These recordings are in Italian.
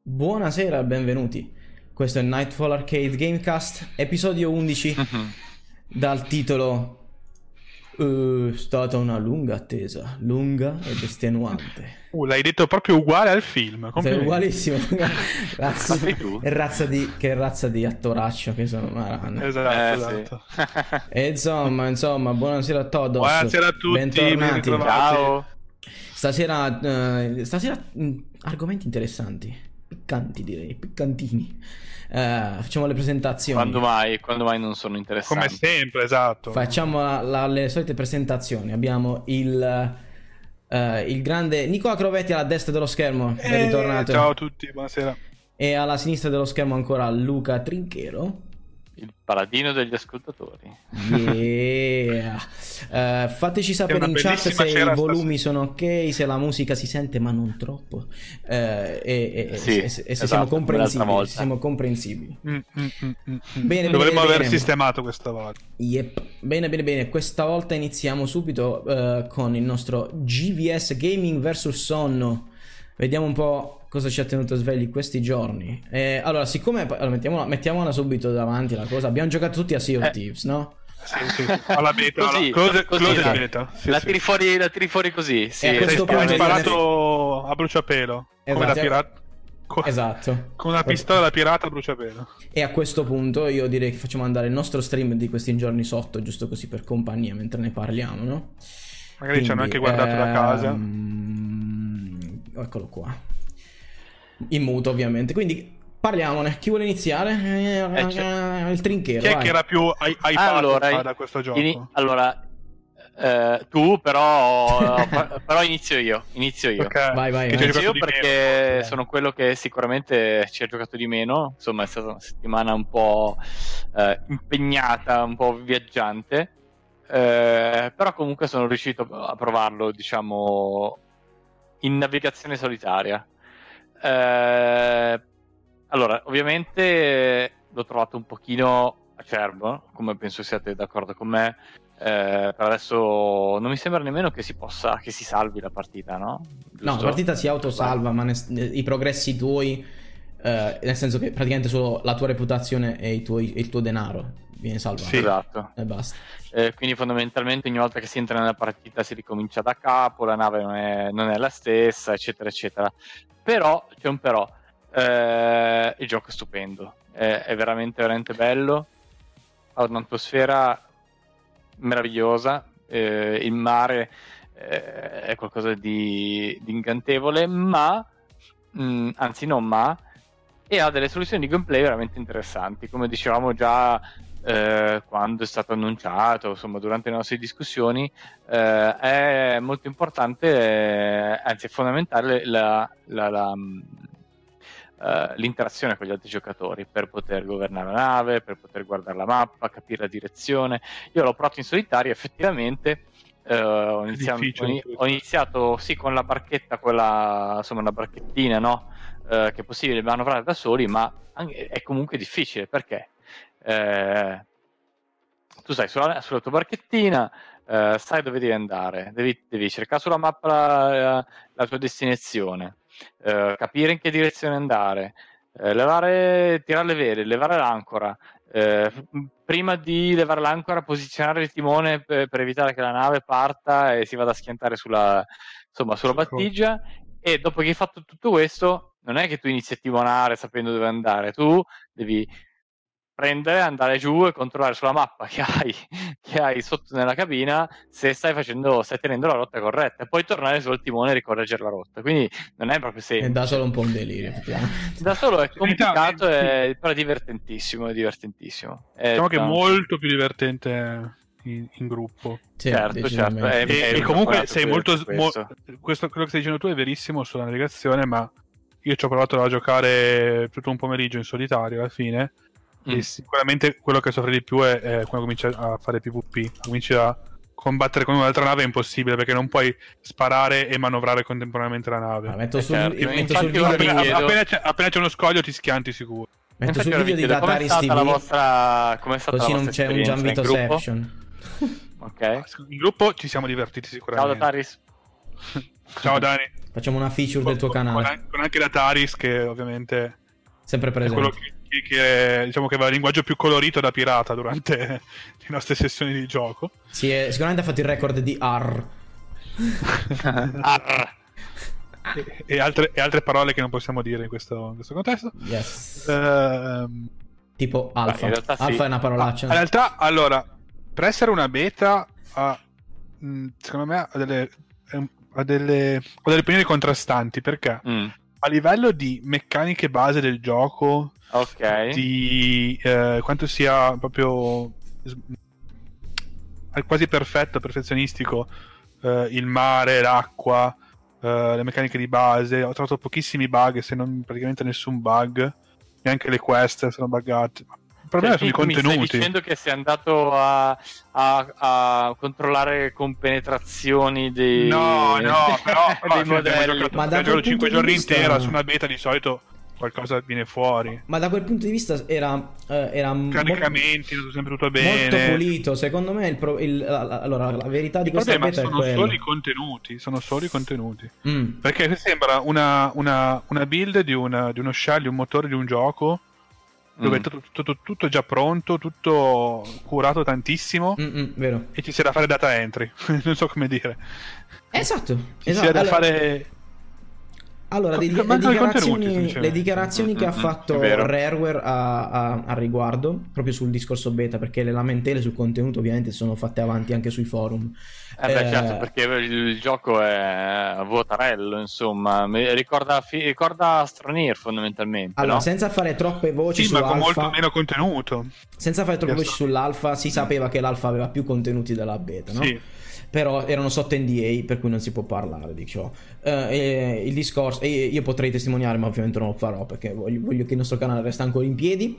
Buonasera e benvenuti. Questo è Nightfall Arcade Gamecast, episodio 11, dal titolo È stata una lunga attesa, lunga ed estenuante. L'hai detto proprio uguale al film. Sei Complimenti. ugualissimo. Ma sei tu? Che razza di attoraccio che sono una rana. Esatto. E insomma, buonasera a todos. Buonasera a tutti, ben Bentornati. ritrovati. Ciao. Stasera argomenti interessanti, piccanti direi, piccantini. Facciamo le presentazioni. Quando mai non sono interessanti? Come sempre, esatto. Facciamo le solite presentazioni. Abbiamo il grande Nicola Crovetti alla destra dello schermo, ben ritornato. Ciao a tutti, buonasera. E alla sinistra dello schermo ancora Luca Trinchero. Il paladino degli ascoltatori. Yeah. Fateci sapere una in chat bellissima se cera i volumi sono ok, se la musica si sente ma non troppo, e se esatto, siamo come l'altra comprensibili. volta. Se siamo comprensibili. Bene, dovremmo aver sistemato questa volta. Yep. Bene. Questa volta iniziamo subito con il nostro GVS Gaming vs Sonno. Vediamo un po' cosa ci ha tenuto svegli questi giorni. Allora, mettiamola subito davanti la cosa. Abbiamo giocato tutti a Sea of Thieves, no? Sì. Alla beta, Così, close esatto. beta. Sì, La sì. tiri fuori così. Sì, E a questo Hai punto sparato a bruciapelo. Come Esatto. da pirata. Esatto. Con una pistola da pirata a bruciapelo. E a questo punto io direi che facciamo andare il nostro stream di questi giorni sotto, giusto così per compagnia mentre ne parliamo, no? Magari ci hanno anche guardato da casa. Eccolo qua. In muto ovviamente. Quindi parliamone. Chi vuole iniziare? Il Trinchero. Chi è vai. che era più hypato Allora, da questo gioco? tu però inizio io. Ok. Vai. Che ci hai Inizio giocato io di perché meno. sono quello che sicuramente ci ha giocato di meno. Insomma, è stata una settimana un po' impegnata, un po' viaggiante. Però comunque sono riuscito a provarlo, diciamo, in navigazione solitaria. Allora, ovviamente l'ho trovato un pochino acerbo, come penso siate d'accordo con me. Per adesso non mi sembra nemmeno che si salvi la partita, no? Giusto? No, la partita si autosalva, ma i progressi tuoi, nel senso che praticamente solo la tua reputazione e il tuo denaro viene salvato. Sì. Esatto. E basta. Quindi fondamentalmente ogni volta che si entra nella partita si ricomincia da capo, la nave non è la stessa, eccetera, eccetera. Però, c'è un però, il gioco è stupendo, è veramente bello, ha un'atmosfera meravigliosa, il mare è qualcosa di incantevole, ma, anzi non ma, e ha delle soluzioni di gameplay veramente interessanti, come dicevamo già quando è stato annunciato, insomma durante le nostre discussioni. È molto importante, anzi è fondamentale l'interazione con gli altri giocatori per poter governare la nave, per poter guardare la mappa, capire la direzione. Io l'ho provato in solitario, effettivamente. Ho iniziato sì con la barchetta, quella, insomma una barchettina, no? Che è possibile manovrare da soli, ma è comunque difficile perché tu stai sulla tua barchettina, sai dove devi andare, devi cercare sulla mappa la tua destinazione, capire in che direzione andare, tirare le vele, levare l'ancora, prima di levare l'ancora posizionare il timone per evitare che la nave parta e si vada a schiantare sulla battigia. E dopo che hai fatto tutto questo, non è che tu inizi a timonare sapendo dove andare, tu devi andare giù e controllare sulla mappa che hai sotto nella cabina se stai tenendo la rotta corretta, e poi tornare sul timone e ricorreggere la rotta. Quindi non è proprio semplice. E da solo un po' un delirio, effettivamente. Da solo è complicato, però è divertentissimo. Diciamo che è molto più divertente in gruppo. Sì, certo. E comunque sei molto questo. quello che stai dicendo tu è verissimo sulla navigazione, ma io ci ho provato a giocare tutto un pomeriggio in solitario alla fine. E sicuramente quello che soffre di più è quando cominci a fare PvP, cominci a combattere con un'altra nave, è impossibile perché non puoi sparare e manovrare contemporaneamente la nave. Metto sul Infatti, video appena c'è uno scoglio ti schianti sicuro. metto sul video di Dataris com'è stata TV, com'è stata così la non vostra c'è un esperienza in gruppo? Gianvitoception. Ok. In gruppo ci siamo divertiti Ciao sicuramente. Dataris. Ciao Dani. Facciamo una feature del tuo canale. Con anche la Taris, che ovviamente sempre presente. È quello che diciamo che aveva il linguaggio più colorito da pirata durante le nostre sessioni di gioco. Sì, sicuramente ha fatto il record di AR. Arr. E altre parole che non possiamo dire in questo contesto. Yes. Tipo alfa. In realtà sì. Alfa è una parolaccia. In realtà, allora, per essere una beta, secondo me ha delle opinioni contrastanti, perché a livello di meccaniche base del gioco, di quanto sia proprio quasi perfetto, perfezionistico, il mare, l'acqua, le meccaniche di base, ho trovato pochissimi bug, se non praticamente nessun bug, neanche le quest sono buggate. Il problema sono i contenuti. Mi stai dicendo che sei andato a controllare compenetrazioni dei no, però dei modelli. Ma da gioco 5 giorni vista... intera su una beta, di solito qualcosa viene fuori. Ma da quel punto di vista era caricamenti, sempre tutto bene, molto pulito. Secondo me allora la verità di questa beta è quella. Sono solo i contenuti. Perché sembra una build di uno shell, di un motore di un gioco dove è tutto già pronto, tutto curato tantissimo, vero. E ci sia da fare data entry. Non so come dire. Esatto. Ci sia da fare. Allora, le dichiarazioni che ha fatto Rareware a riguardo, proprio sul discorso beta, perché le lamentele sul contenuto ovviamente sono fatte avanti anche sui forum. Certo, perché il gioco è vuotarello, insomma, ricorda Astroneer fondamentalmente. Allora, no? senza fare troppe voci ma con molto meno contenuto. Senza fare troppe voci sull'alfa, si sapeva che l'alfa aveva più contenuti della beta, no? Sì. Però erano sotto NDA, per cui non si può parlare di ciò. Il discorso, io potrei testimoniare, ma ovviamente non lo farò perché voglio che il nostro canale resti ancora in piedi.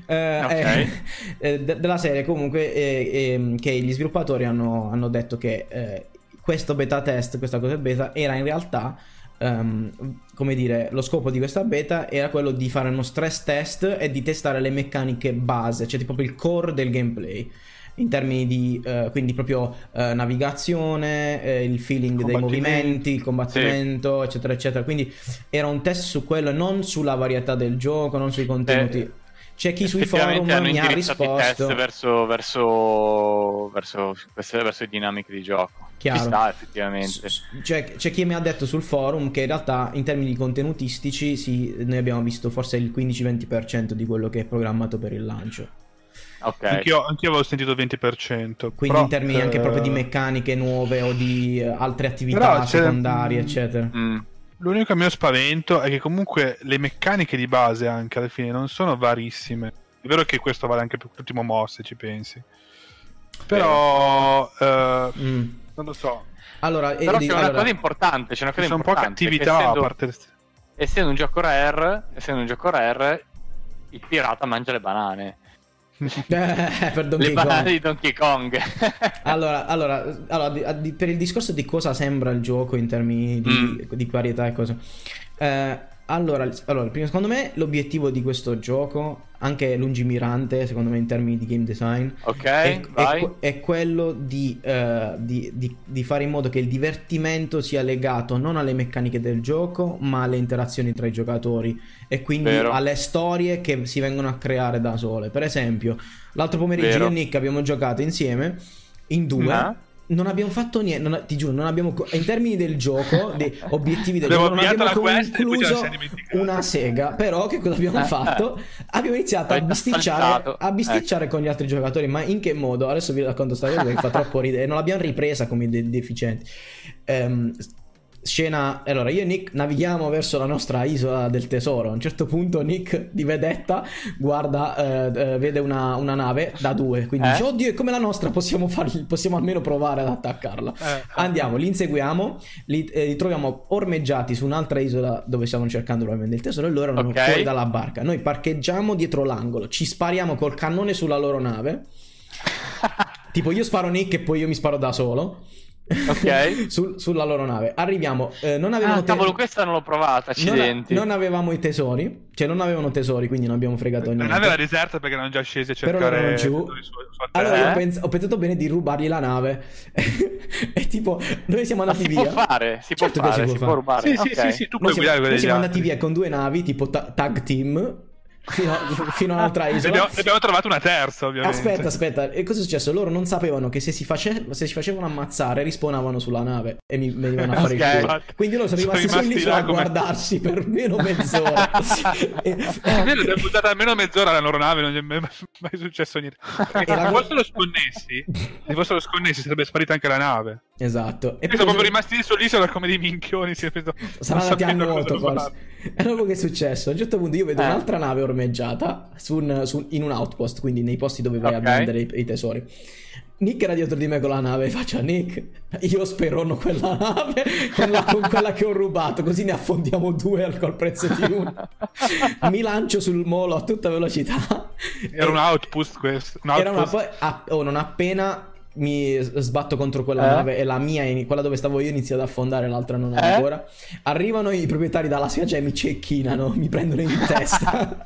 Della serie, comunque, che gli sviluppatori hanno detto che questo beta test, questa cosa beta, era in realtà, come dire, lo scopo di questa beta era quello di fare uno stress test e di testare le meccaniche base, cioè proprio il core del gameplay, in termini di quindi proprio navigazione, il feeling dei movimenti, il combattimento, eccetera eccetera. Quindi era un test su quello e non sulla varietà del gioco, non sui contenuti. C'è chi sui forum mi ha risposto verso le dinamiche di gioco. Chiaro. Ci sta, effettivamente. C'è chi mi ha detto sul forum che in realtà in termini contenutistici noi abbiamo visto forse il 15-20% di quello che è programmato per il lancio. Anch'io avevo sentito il 20%. Quindi però, in termini anche proprio di meccaniche nuove o di altre attività secondarie, eccetera. L'unico mio spavento è che comunque le meccaniche di base anche alla fine non sono varissime. È vero che questo vale anche per l'ultimo MOS, se ci pensi. Però non lo so. Allora, però c'è una cosa importante, c'è un po' cattività, a parte essendo un gioco rare, il pirata mangia le banane. Per le banane di Donkey Kong. allora, per il discorso di cosa sembra il gioco in termini di varietà e cose, allora, prima, secondo me l'obiettivo di questo gioco, anche lungimirante secondo me in termini di game design, è quello di fare in modo che il divertimento sia legato non alle meccaniche del gioco ma alle interazioni tra i giocatori e quindi alle storie che si vengono a creare da sole. Per esempio, l'altro pomeriggio io e Nick abbiamo giocato insieme in due. Non abbiamo fatto niente, ti giuro, non abbiamo, in termini del gioco, dei obiettivi del gioco, non abbiamo concluso una sega. Però che cosa abbiamo fatto? Abbiamo iniziato a bisticciare con gli altri giocatori. Ma in che modo? Adesso vi racconto questa cosa che fa troppo ridere. Non l'abbiamo ripresa come deficienti. Scena, allora io e Nick navighiamo verso la nostra isola del tesoro. A un certo punto Nick di vedetta guarda, vede una nave da due, quindi dice oddio è come la nostra, possiamo almeno provare ad attaccarla. Andiamo, li inseguiamo, li troviamo ormeggiati su un'altra isola dove stiamo cercando probabilmente il tesoro e loro erano fuori dalla barca. Noi parcheggiamo dietro l'angolo, ci spariamo col cannone sulla loro nave. Tipo io sparo Nick e poi io mi sparo da solo. Ok. sulla loro nave. Arriviamo, non avevano cavolo, questa non l'ho provata, accidenti. non avevamo i tesori, cioè non avevano tesori, quindi non abbiamo fregato niente. La nave era deserta perché erano già scesi a cercare. Però erano giù. Allora io ho pensato bene di rubargli la nave. E tipo, noi siamo andati via. Si può rubare. Sì, tu puoi guidare quelle. Noi siamo andati via con 2 navi, tipo tag team. Fino a un'altra isola. Abbiamo trovato una terza, ovviamente. Aspetta. E cosa è successo? Loro non sapevano che se si facevano ammazzare, rispawnavano sulla nave e mi venivano a fare il culo. Quindi loro sono rimasti sull'isola a guardarsi per meno mezz'ora. Abbiamo buttato almeno mezz'ora la loro nave, non è mai successo niente. Se fossero sconnesi sarebbe sparita anche la nave. Esatto. E poi sono proprio rimasti lì sull'isola come dei minchioni. Saranno andati a nuoto forse. E dopo che è successo? A un certo punto io vedo un'altra nave ormeggiata in un outpost, quindi nei posti dove vai a vendere i tesori. Nick era dietro di me con la nave e faccio: Nick, io sperono quella nave con quella che ho rubato, così ne affondiamo 2 col prezzo di una. Mi lancio sul molo a tutta velocità. Era un outpost questo. Non appena mi sbatto contro quella nave e la mia, quella dove stavo io, inizia ad affondare, l'altra non ancora. Arrivano i proprietari dalla spiaggia e mi cecchinano, mi prendono in testa.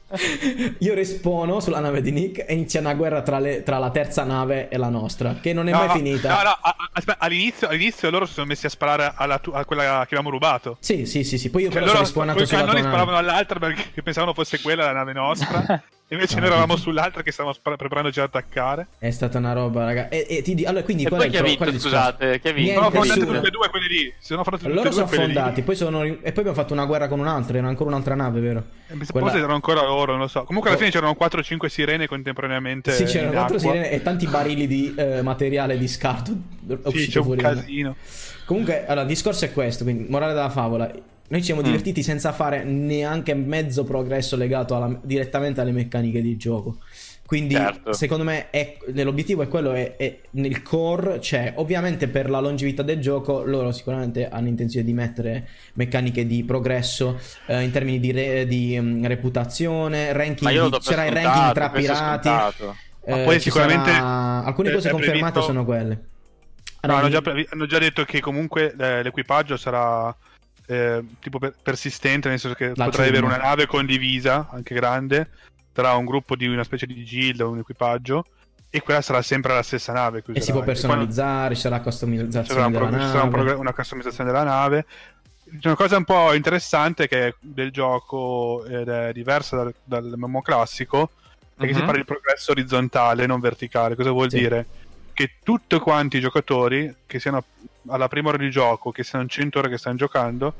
Io respawno sulla nave di Nick e inizia una guerra tra la terza nave e la nostra, che non è mai finita. Aspetta, all'inizio loro si sono messi a sparare a quella che avevamo rubato. Sì. Poi io però sono respawnato sulla tua nave. Loro sparavano all'altra perché pensavano fosse quella la nave nostra. Invece noi eravamo sull'altra che stavamo preparandoci ad attaccare. È stata una roba, raga. Allora, quindi poi chi ha vinto, scusate? Chi ha vinto? Sono affondati tutti e 2 quelli lì. Loro sono affondati, e poi abbiamo fatto una guerra con un'altra. Era ancora un'altra nave, vero? Forse erano ancora loro, non lo so. Comunque alla fine c'erano 4-5 sirene contemporaneamente. Sì, c'erano 4 sirene e tanti barili di materiale di scarto. Sì, c'è un casino. Comunque, allora, il discorso è questo, quindi morale della favola. Noi ci siamo divertiti senza fare neanche mezzo progresso legato direttamente alle meccaniche di gioco. Quindi secondo me l'obiettivo è quello, è nel core c'è. Ovviamente per la longevità del gioco loro sicuramente hanno intenzione di mettere meccaniche di progresso in termini di reputazione, ranking, c'era il ranking tra pirati. Ma poi sicuramente alcune cose confermate sono quelle. Hanno già detto che comunque l'equipaggio sarà tipo persistente, nel senso che potrai avere una nave condivisa, anche grande, tra un gruppo di una specie di guild o un equipaggio, e quella sarà sempre la stessa nave. E si può personalizzare, ci sarà customizzazione della nave. Ci sarà una customizzazione della nave. Una cosa un po' interessante che del gioco ed è diversa dal MMO classico è che si parla di progresso orizzontale, non verticale. Cosa vuol dire? Che tutti quanti i giocatori, che siano alla prima ora di gioco, che siano 100 ore che stanno giocando,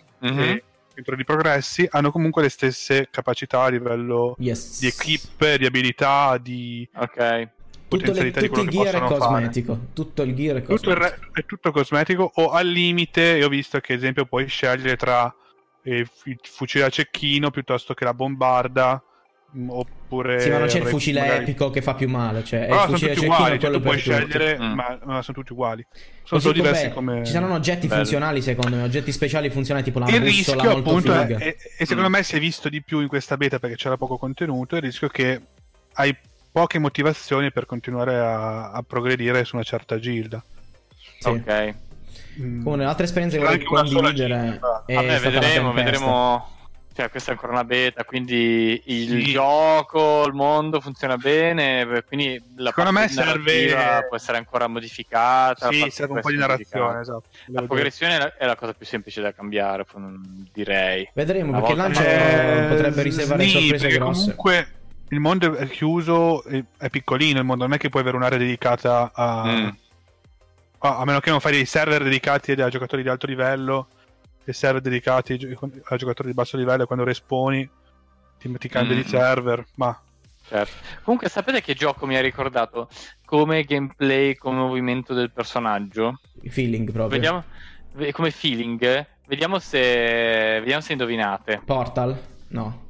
e 100 ore di progressi, hanno comunque le stesse capacità a livello di equip, di abilità, di potenzialità di quello che possono fare. Tutto il gear è cosmetico. È tutto cosmetico, o al limite io ho visto che ad esempio puoi scegliere tra il fucile a cecchino piuttosto che la bombarda, oppure sì, ma non c'è il fucile epico che fa più male, cioè però è il fucile sono tutti uguali, quello tu puoi per scegliere ma sono tutti uguali, sono diversi come... Ci saranno oggetti funzionali, secondo me, oggetti speciali funzionali, tipo la bussola rischio, molto appunto figa. E secondo me si è visto di più in questa beta perché c'era poco contenuto. Il rischio che hai poche motivazioni per continuare a progredire su una certa gilda. Sì. Ok. Come un'altra esperienza che vorrei condividere è vedremo. Cioè, questa è ancora una beta, quindi il gioco, il mondo funziona bene, quindi la secondo me serve, può essere ancora modificata. Sì, serve un po' di narrazione, esatto. La progressione è la cosa più semplice da cambiare, direi. Vedremo, perché il lancio potrebbe riservare sorprese grosse. Comunque il mondo è chiuso, è piccolino il mondo, non è che puoi avere un'area dedicata a meno che non fai dei server dedicati a giocatori di alto livello e server dedicati a giocatori di basso livello, e quando respawni ti cambia di server, ma certo. Comunque sapete che gioco mi ha ricordato come gameplay, come movimento del personaggio? Feeling proprio. Come feeling, vediamo se indovinate. Portal? No.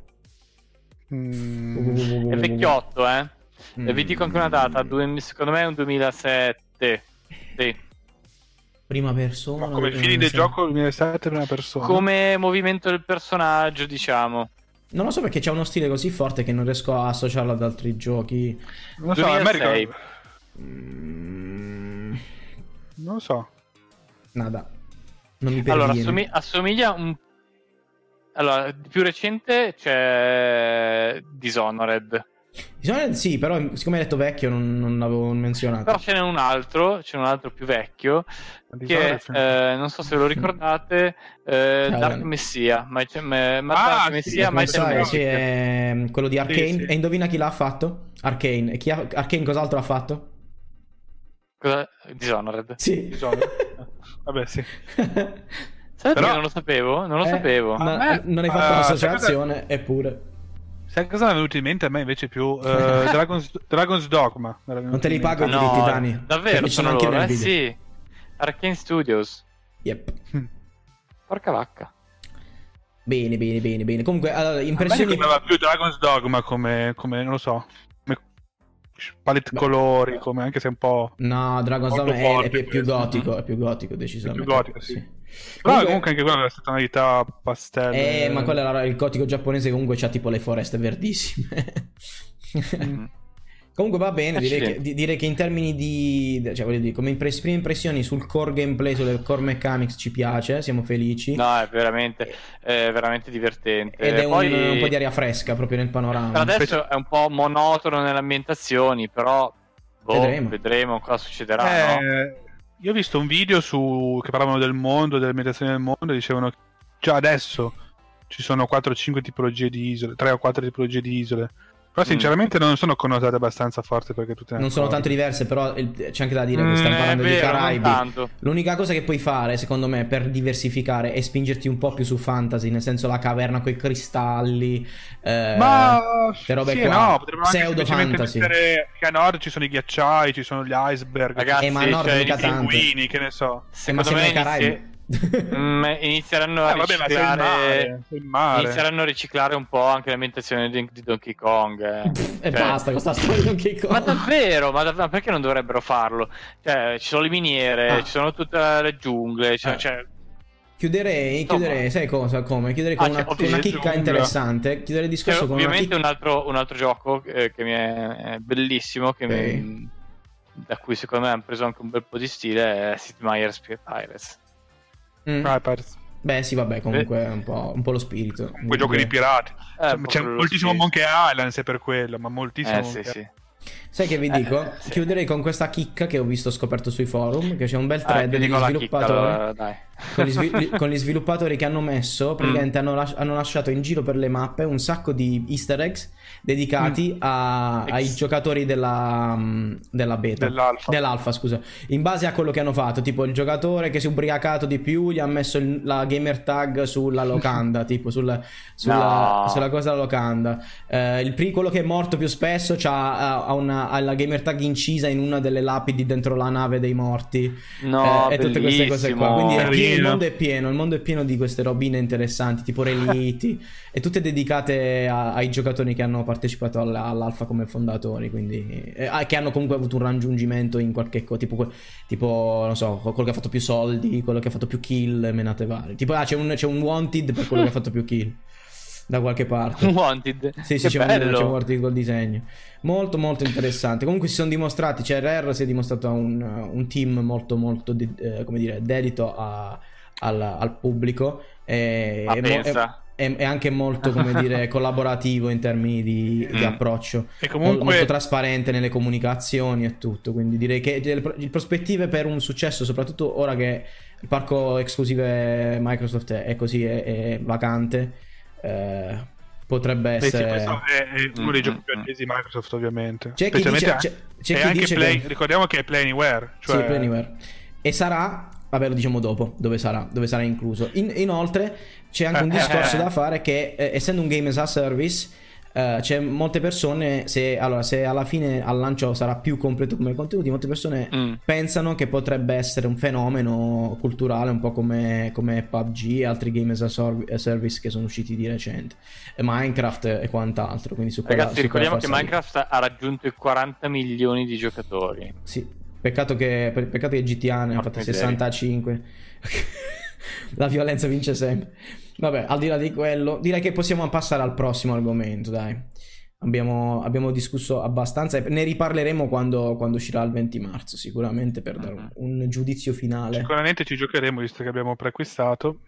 È vecchiotto, E vi dico anche una data, secondo me è un 2007. Sì. Prima persona. Ma come feeling del gioco 2007 prima persona? Come movimento del personaggio, diciamo. Non lo so, perché c'è uno stile così forte che non riesco a associarlo ad altri giochi. Non lo so, 2006. Non lo so. Nada. Non mi Allora, perviene. assomiglia un... Allora, di più recente c'è Dishonored. Dishonored sì, però siccome hai detto vecchio non l'avevo menzionato. Però c'è un altro più vecchio, che non so se lo ricordate, Dark Messiah. Dark Messiah, sì, è quello di Arcane. Sì. E indovina chi l'ha fatto? Arcane. E Arcane cos'altro ha fatto? Dishonored. Sì. Dishonored. Vabbè, sì. Però non lo sapevo. Non lo sapevo. Ma non hai fatto l'associazione, eppure. Sai cosa mi è venuto in mente a me invece più? Dragon's Dogma. Non te li pago i diritti, Dani. Davvero? Sono anche nel video. Sì. Arcane Studios. Yep. Porca vacca. Bene. Comunque, allora, impressioni... A me va più Dragon's Dogma come non lo so, palette colori, come anche se un po'... No, Dragon's Dogma è più gotico, è più gotico decisamente. Più gotico, sì. Però comunque anche quella è la tonalità pastello. Ma quello era il gotico giapponese, comunque c'ha tipo le foreste verdissime. Comunque va bene, direi che in termini di... Cioè voglio dire, come prime impressioni sul core gameplay, sulle core mechanics ci piace, siamo felici. No, è veramente divertente. Ed è un po' di aria fresca proprio nel panorama. Per adesso è un po' monotono nelle ambientazioni, però vedremo cosa succederà, no? Io ho visto un video che parlavano del mondo, delle ambientazioni del mondo, e dicevano che già adesso ci sono 4 o 5 tipologie di isole, 3 o 4 tipologie di isole. Però sinceramente non sono connotate abbastanza forti perché tutte non sono tanto diverse, però c'è anche da dire che stiamo parlando di Caraibi. L'unica cosa che puoi fare, secondo me, per diversificare è spingerti un po' più su fantasy, nel senso la caverna con i cristalli, ma robe sì, qua. No, potrebbero pseudo fantasy. Che a nord ci sono i ghiacciai, ci sono gli iceberg, ragazzi, ma a nord mica i pinguini, che ne so. Ma siamo nei Caraibi. Inizieranno a riciclare inizieranno a riciclare un po' anche l'ambientazione di Donkey Kong e basta con sta storia di Donkey Kong. Ma davvero? Ma perché non dovrebbero farlo? Cioè, ci sono le miniere, ci sono tutte le giungle, cioè... Chiuderei, sai cosa? Come? Chiuderei con una chicca interessante. Chiuderei il discorso con ovviamente un altro gioco che mi è bellissimo, da cui secondo me hanno preso anche un bel po' di stile, è Sid Meier's Pirates. Beh sì, vabbè, comunque è un po' lo spirito. Quei giochi di pirati. C'è moltissimo Monkey Island, se per quello, ma moltissimo. Sì. Sai che vi dico? Sì. Chiuderei con questa chicca che ho visto scoperto sui forum, che c'è un bel thread degli sviluppatori con gli sviluppatori che hanno messo, praticamente hanno lasciato in giro per le mappe un sacco di easter eggs dedicati ai giocatori della beta, dell'alfa, scusa, in base a quello che hanno fatto. Tipo il giocatore che si è ubriacato di più gli ha messo la gamer tag sulla locanda, tipo sulla cosa della locanda. Quello che è morto più spesso ha la gamer tag incisa in una delle lapidi dentro la nave dei morti, e tutte queste cose qua. Quindi il mondo è pieno di queste robine interessanti, tipo reliti, e tutte dedicate ai giocatori che hanno partecipato all'alfa come fondatori, quindi che hanno comunque avuto un raggiungimento in qualche cosa, tipo non so, quello che ha fatto più soldi, quello che ha fatto più kill, menate varie. Tipo c'è un wanted per quello che ha fatto più kill da qualche parte. Wanted. Sì, c'è un wanted col disegno. Molto molto interessante. Comunque si sono dimostrati, cioè Rare si è dimostrato un team molto molto come dire, dedito al pubblico, e anche molto, come dire, collaborativo in termini di approccio, e comunque molto trasparente nelle comunicazioni e tutto. Quindi direi che le prospettive per un successo, soprattutto ora che il parco esclusive Microsoft è così è vacante, potrebbe essere. Questo è uno dei giochi più attesi di Microsoft, ovviamente. C'è chi dice ricordiamo che è Play Anywhere, cioè... Sì, Play Anywhere. E sarà, vabbè, lo diciamo dopo dove sarà incluso. Inoltre c'è anche un discorso da fare, che essendo un game as a service, c'è molte persone, se alla fine al lancio sarà più completo come contenuti, molte persone pensano che potrebbe essere un fenomeno culturale, un po' come PUBG e altri game as a service che sono usciti di recente, Minecraft e quant'altro. Quindi ragazzi, ricordiamo che Minecraft ha raggiunto i 40 milioni di giocatori. Sì, peccato che GTA ne ha fatti 65. La violenza vince sempre. Vabbè, al di là di quello, direi che possiamo passare al prossimo argomento, dai. Abbiamo discusso abbastanza e ne riparleremo quando uscirà il 20 marzo sicuramente per dare un giudizio finale. Sicuramente ci giocheremo visto che abbiamo preacquistato.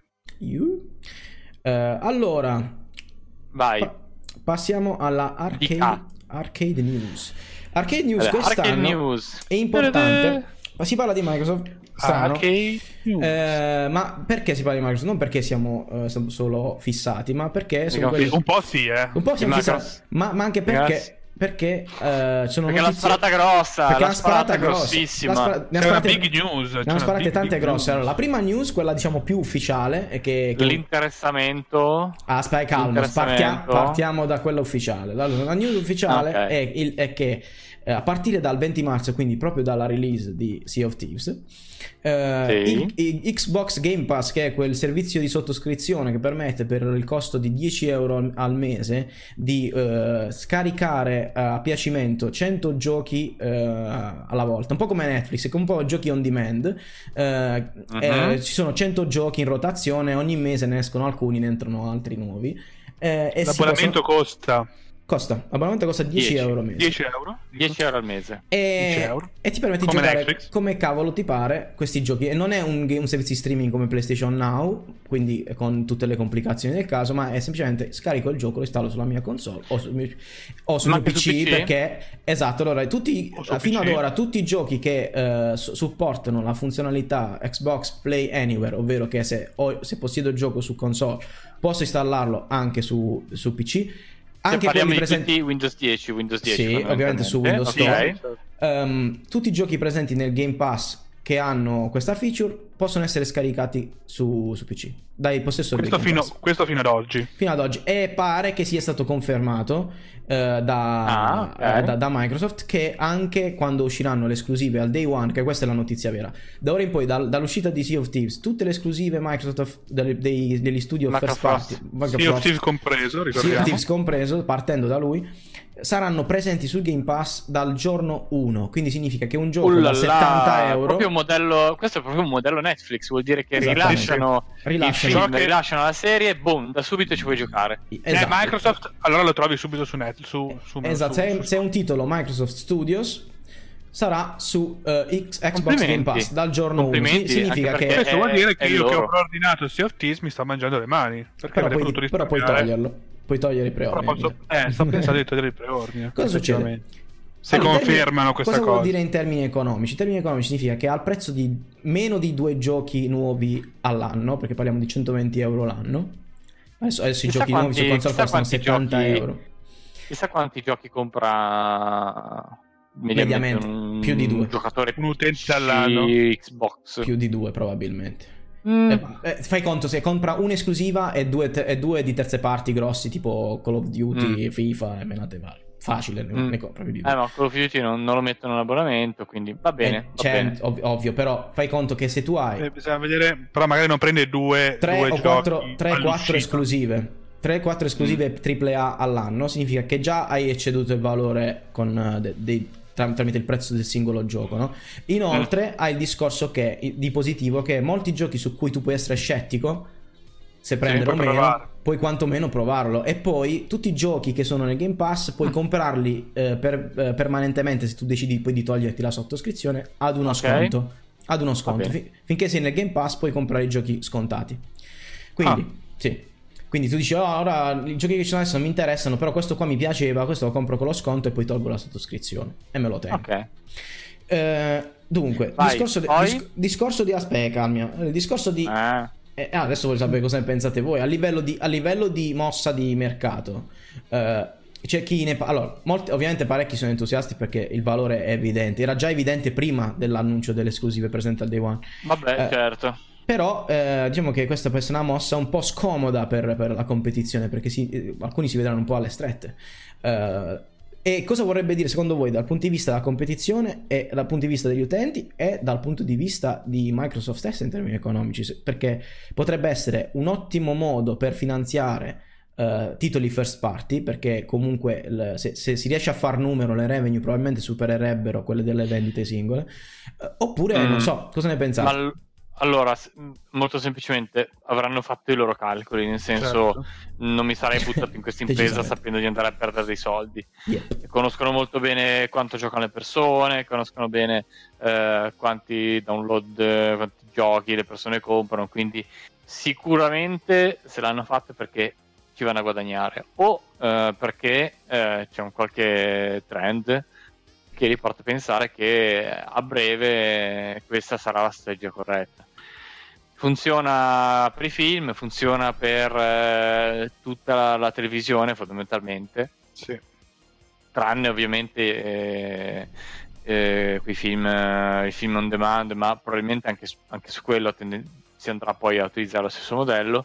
Allora vai. Passiamo alla Arcade News. Arcade News Allora, quest'anno Arcade News è importante. Si parla di Microsoft. Strano. Ma perché si parla di Microsoft? Non perché siamo solo fissati, ma perché un po' sì, un po' siamo fissati, ma anche perché sono perché la sparata grossa, perché la sparata ne grossissima. ha sparate big news, ne ha sparate tante grosse. Allora, la prima news, quella diciamo più ufficiale, è che l'interessamento. Aspetta, calmo, partiamo da quella ufficiale. Allora, la news ufficiale è che a partire dal 20 marzo, quindi proprio dalla release di Sea of Thieves, Xbox Game Pass, che è quel servizio di sottoscrizione che permette per il costo di 10 euro al mese di scaricare a piacimento 100 giochi alla volta, un po' come Netflix, un po' giochi on demand. Ci sono 100 giochi in rotazione, ogni mese ne escono alcuni, ne entrano altri nuovi. L'abbonamento l'abbonamento costa 10 euro al mese. 10 euro? 10 euro al mese. E ti permette di giocare Netflix, come cavolo ti pare questi giochi. E non è un servizio di streaming come PlayStation Now, quindi con tutte le complicazioni del caso, ma è semplicemente scarico il gioco, lo installo sulla mia console o sul mio PC, perché allora fino ad ora tutti i giochi che supportano la funzionalità Xbox Play Anywhere, ovvero che se possiedo il gioco su console posso installarlo anche su PC. Anche parliamo di tutti Windows 10, sì, ovviamente su Windows Store. Tutti i giochi presenti nel Game Pass che hanno questa feature possono essere scaricati su PC dai possessori del Game Pass. Questo fino ad oggi. E pare che sia stato confermato da Microsoft, che anche quando usciranno le esclusive al day one, che questa è la notizia vera, da ora in poi, dall'uscita di Sea of Thieves, tutte le esclusive Microsoft degli studio first party, Sea of Thieves compreso, ricordiamo. Sea of Thieves compreso, partendo da lui, saranno presenti sul Game Pass dal giorno 1. Quindi significa che un gioco da 70 euro, questo è proprio un modello Netflix, vuol dire che rilasciano il film, rilasciano la serie e boom, da subito ci puoi giocare. Microsoft allora lo trovi subito su Netflix. Se è un titolo Microsoft Studios, sarà su Xbox Game Pass dal giorno 1. Significa che questo vuol dire che io che ho preordinato Sea of Thieves mi sto mangiando le mani, però puoi toglierlo. Puoi togliere i preordini. Sto pensando di togliere i preordini. Cosa succede? Se confermano questa cosa. Cosa vuol dire in termini economici? In termini economici significa che al prezzo di meno di 2 giochi nuovi all'anno, perché parliamo di 120 euro l'anno, adesso i giochi nuovi su console costano 70 euro. Chissà quanti giochi compra mediamente più di 2 giocatore, un utente all'anno, Xbox più di 2 probabilmente. Fai conto, se compra un'esclusiva e due di terze parti grossi tipo Call of Duty, FIFA e menate varie, facile, ne compra più di 2. Ma Call of Duty non lo mettono in abbonamento, quindi va bene, bene. Ovvio, però fai conto che se tu hai bisogna vedere, però magari non prende 3 o 4 esclusive 3-4 esclusive AAA all'anno, significa che già hai ecceduto il valore con tramite il prezzo del singolo gioco, no? Inoltre hai il discorso di positivo, che molti giochi su cui tu puoi essere scettico se prendere o meno, puoi quantomeno provarlo. E poi tutti i giochi che sono nel Game Pass puoi comprarli permanentemente, se tu decidi poi di toglierti la sottoscrizione, ad uno sconto. Finché sei nel Game Pass puoi comprare i giochi scontati. Quindi sì. Quindi tu dici, ora i giochi che ci sono adesso non mi interessano, però questo qua mi piaceva, questo lo compro con lo sconto e poi tolgo la sottoscrizione e me lo tengo. Dunque, discorso di aspetta, calmia. Il discorso di adesso voglio sapere cosa ne pensate voi a livello di mossa di mercato. C'è chi ne allora, ovviamente parecchi sono entusiasti perché il valore è evidente, era già evidente prima dell'annuncio delle esclusive presenti al day one. Vabbè, certo. Però diciamo che questa può essere una mossa un po' scomoda per la competizione, perché alcuni si vedranno un po' alle strette. E cosa vorrebbe dire secondo voi dal punto di vista della competizione e dal punto di vista degli utenti e dal punto di vista di Microsoft stessa in termini economici? Perché potrebbe essere un ottimo modo per finanziare titoli first party, perché comunque se si riesce a far numero le revenue probabilmente supererebbero quelle delle vendite singole, oppure non so, cosa ne pensate? allora, molto semplicemente avranno fatto i loro calcoli, nel senso, Certo. non mi sarei buttato in questa impresa sapendo di andare a perdere dei soldi. Yep. Conoscono molto bene quanto giocano le persone, conoscono bene quanti download, quanti giochi le persone comprano, quindi sicuramente se l'hanno fatto perché ci vanno a guadagnare o perché c'è un qualche trend che li porta a pensare che a breve questa sarà la strategia corretta. Funziona per i film, funziona per tutta la televisione fondamentalmente, Sì. tranne ovviamente quei film, i film on demand, ma probabilmente anche su quello si andrà poi a utilizzare lo stesso modello.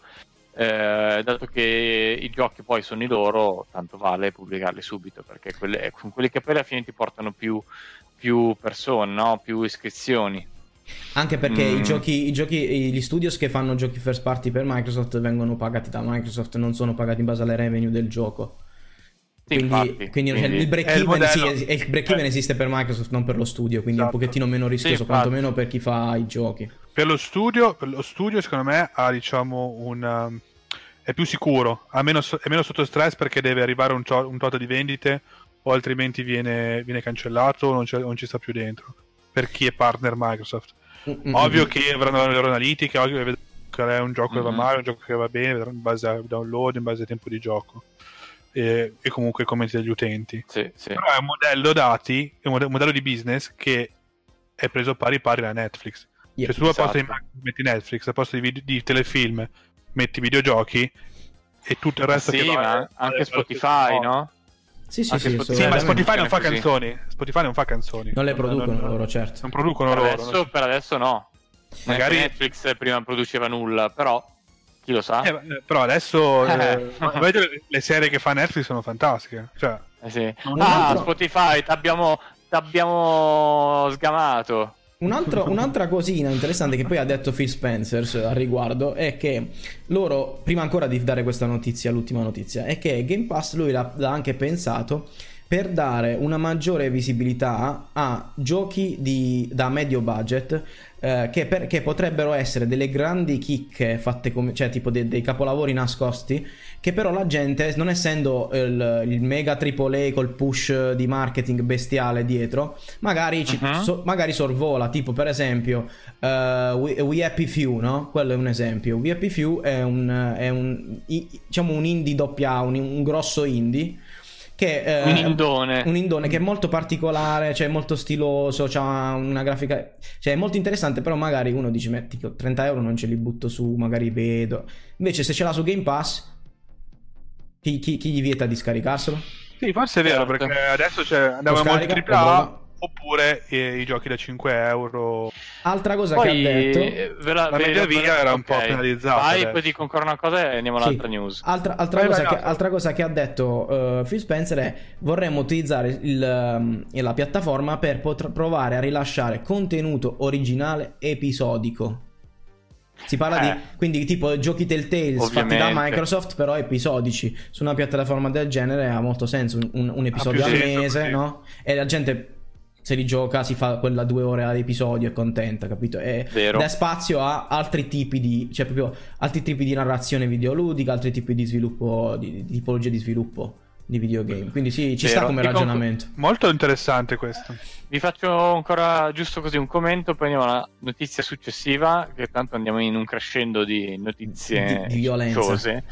Dato che i giochi poi sono i loro, tanto vale pubblicarli subito, perché con quelli che poi alla fine ti portano più persone, no? Più iscrizioni. Anche perché gli studios che fanno giochi first party per Microsoft vengono pagati da Microsoft, non sono pagati in base alle revenue del gioco. Sì, quindi il break-even esiste per Microsoft, non per lo studio, quindi è un pochettino meno rischioso, Sì, quantomeno per chi fa i giochi. Per lo studio secondo me ha, diciamo, è più sicuro, è meno sotto stress perché deve arrivare un tot di vendite o altrimenti viene cancellato o non ci sta più dentro, per chi è partner Microsoft. Ovvio che avranno le loro analitiche, ovvio che vedono che è un gioco che va male, un gioco che va bene, vedranno in base al download, in base al tempo di gioco e comunque i commenti degli utenti. Sì. Però è un modello dati, è un modello di business che è preso pari da Netflix. Yeah, cioè, tu al posto di metti Netflix, al posto di telefilm metti videogiochi e tutto il resto sì, che ma anche Spotify, no? Sì, ma Spotify non fa canzoni. Spotify non fa canzoni. Non le producono loro, certo. Non producono loro. Per adesso no. Magari Netflix prima produceva nulla, però chi lo sa. Però adesso vedete, le serie che fa Netflix sono fantastiche. Cioè, sì. Spotify, t'abbiamo sgamato. Un'altra cosina interessante che poi ha detto Phil Spencer al riguardo è che loro, prima ancora di dare questa notizia, l'ultima notizia, è che Game Pass lui l'ha anche pensato per dare una maggiore visibilità a giochi da medio budget che potrebbero essere delle grandi chicche fatte come, cioè tipo dei capolavori nascosti, che però la gente, non essendo il mega AAA col push di marketing bestiale dietro, magari sorvola, tipo per esempio We Happy Few, no? Quello è un esempio. We Happy Few è diciamo un indie doppia, un grosso indie che un indone che è molto particolare, cioè molto stiloso, c'ha una grafica, cioè è molto interessante, però magari uno dice metti 30 euro non ce li butto su, magari vedo, invece se ce l'ha su Game Pass chi gli vieta di scaricarselo? Sì, forse è vero, perché adesso andiamo molto AAA oppure i giochi da 5 euro. Altra cosa che ha detto, la media via era un po' penalizzata. Vai, poi ti concordo una cosa e andiamo all'altra news. Altra cosa che ha detto Phil Spencer è: vorremmo utilizzare la piattaforma per provare a rilasciare contenuto originale episodico. Si parla di, quindi, tipo giochi Telltale fatti da Microsoft, però episodici. Su una piattaforma del genere ha molto senso, un episodio al mese, no? E la gente, se li gioca, si fa quella 2 ore ad episodio, è contenta, capito? E dà spazio a altri tipi di, cioè proprio altri tipi di narrazione videoludica, altri tipi di sviluppo, di tipologia di sviluppo di videogame. Quindi sì, ci sta come ragionamento. Molto interessante questo. Vi faccio ancora giusto così un commento, poi andiamo alla notizia successiva, che tanto andiamo in un crescendo di notizie di violenza.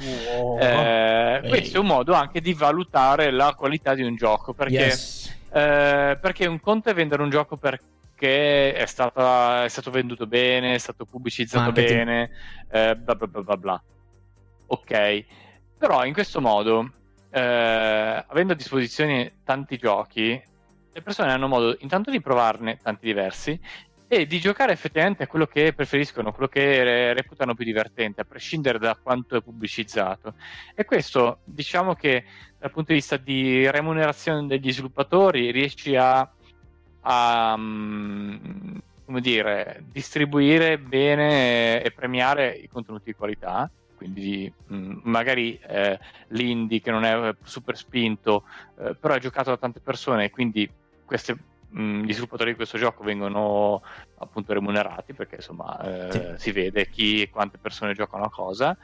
Questo è un modo anche di valutare la qualità di un gioco, perché perché un conto è vendere un gioco perché è stato venduto bene, è stato pubblicizzato bene, bla bla bla bla bla. Ok, però in questo modo, avendo a disposizione tanti giochi, le persone hanno modo intanto di provarne tanti diversi e di giocare effettivamente a quello che preferiscono, quello che reputano più divertente, a prescindere da quanto è pubblicizzato. E questo, diciamo che dal punto di vista di remunerazione degli sviluppatori riesci a come dire, distribuire bene e premiare i contenuti di qualità. Quindi magari l'indie che non è super spinto, però è giocato da tante persone, e quindi queste gli sviluppatori di questo gioco vengono appunto remunerati, perché insomma si vede chi e quante persone giocano a cosa,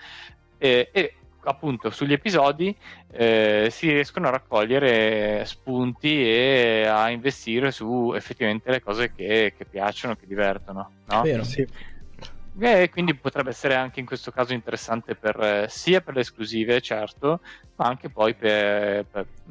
e appunto sugli episodi si riescono a raccogliere spunti e a investire su effettivamente le cose che piacciono, che divertono, no? Vero. Sì. E quindi potrebbe essere anche in questo caso interessante sia per le esclusive, certo, ma anche poi per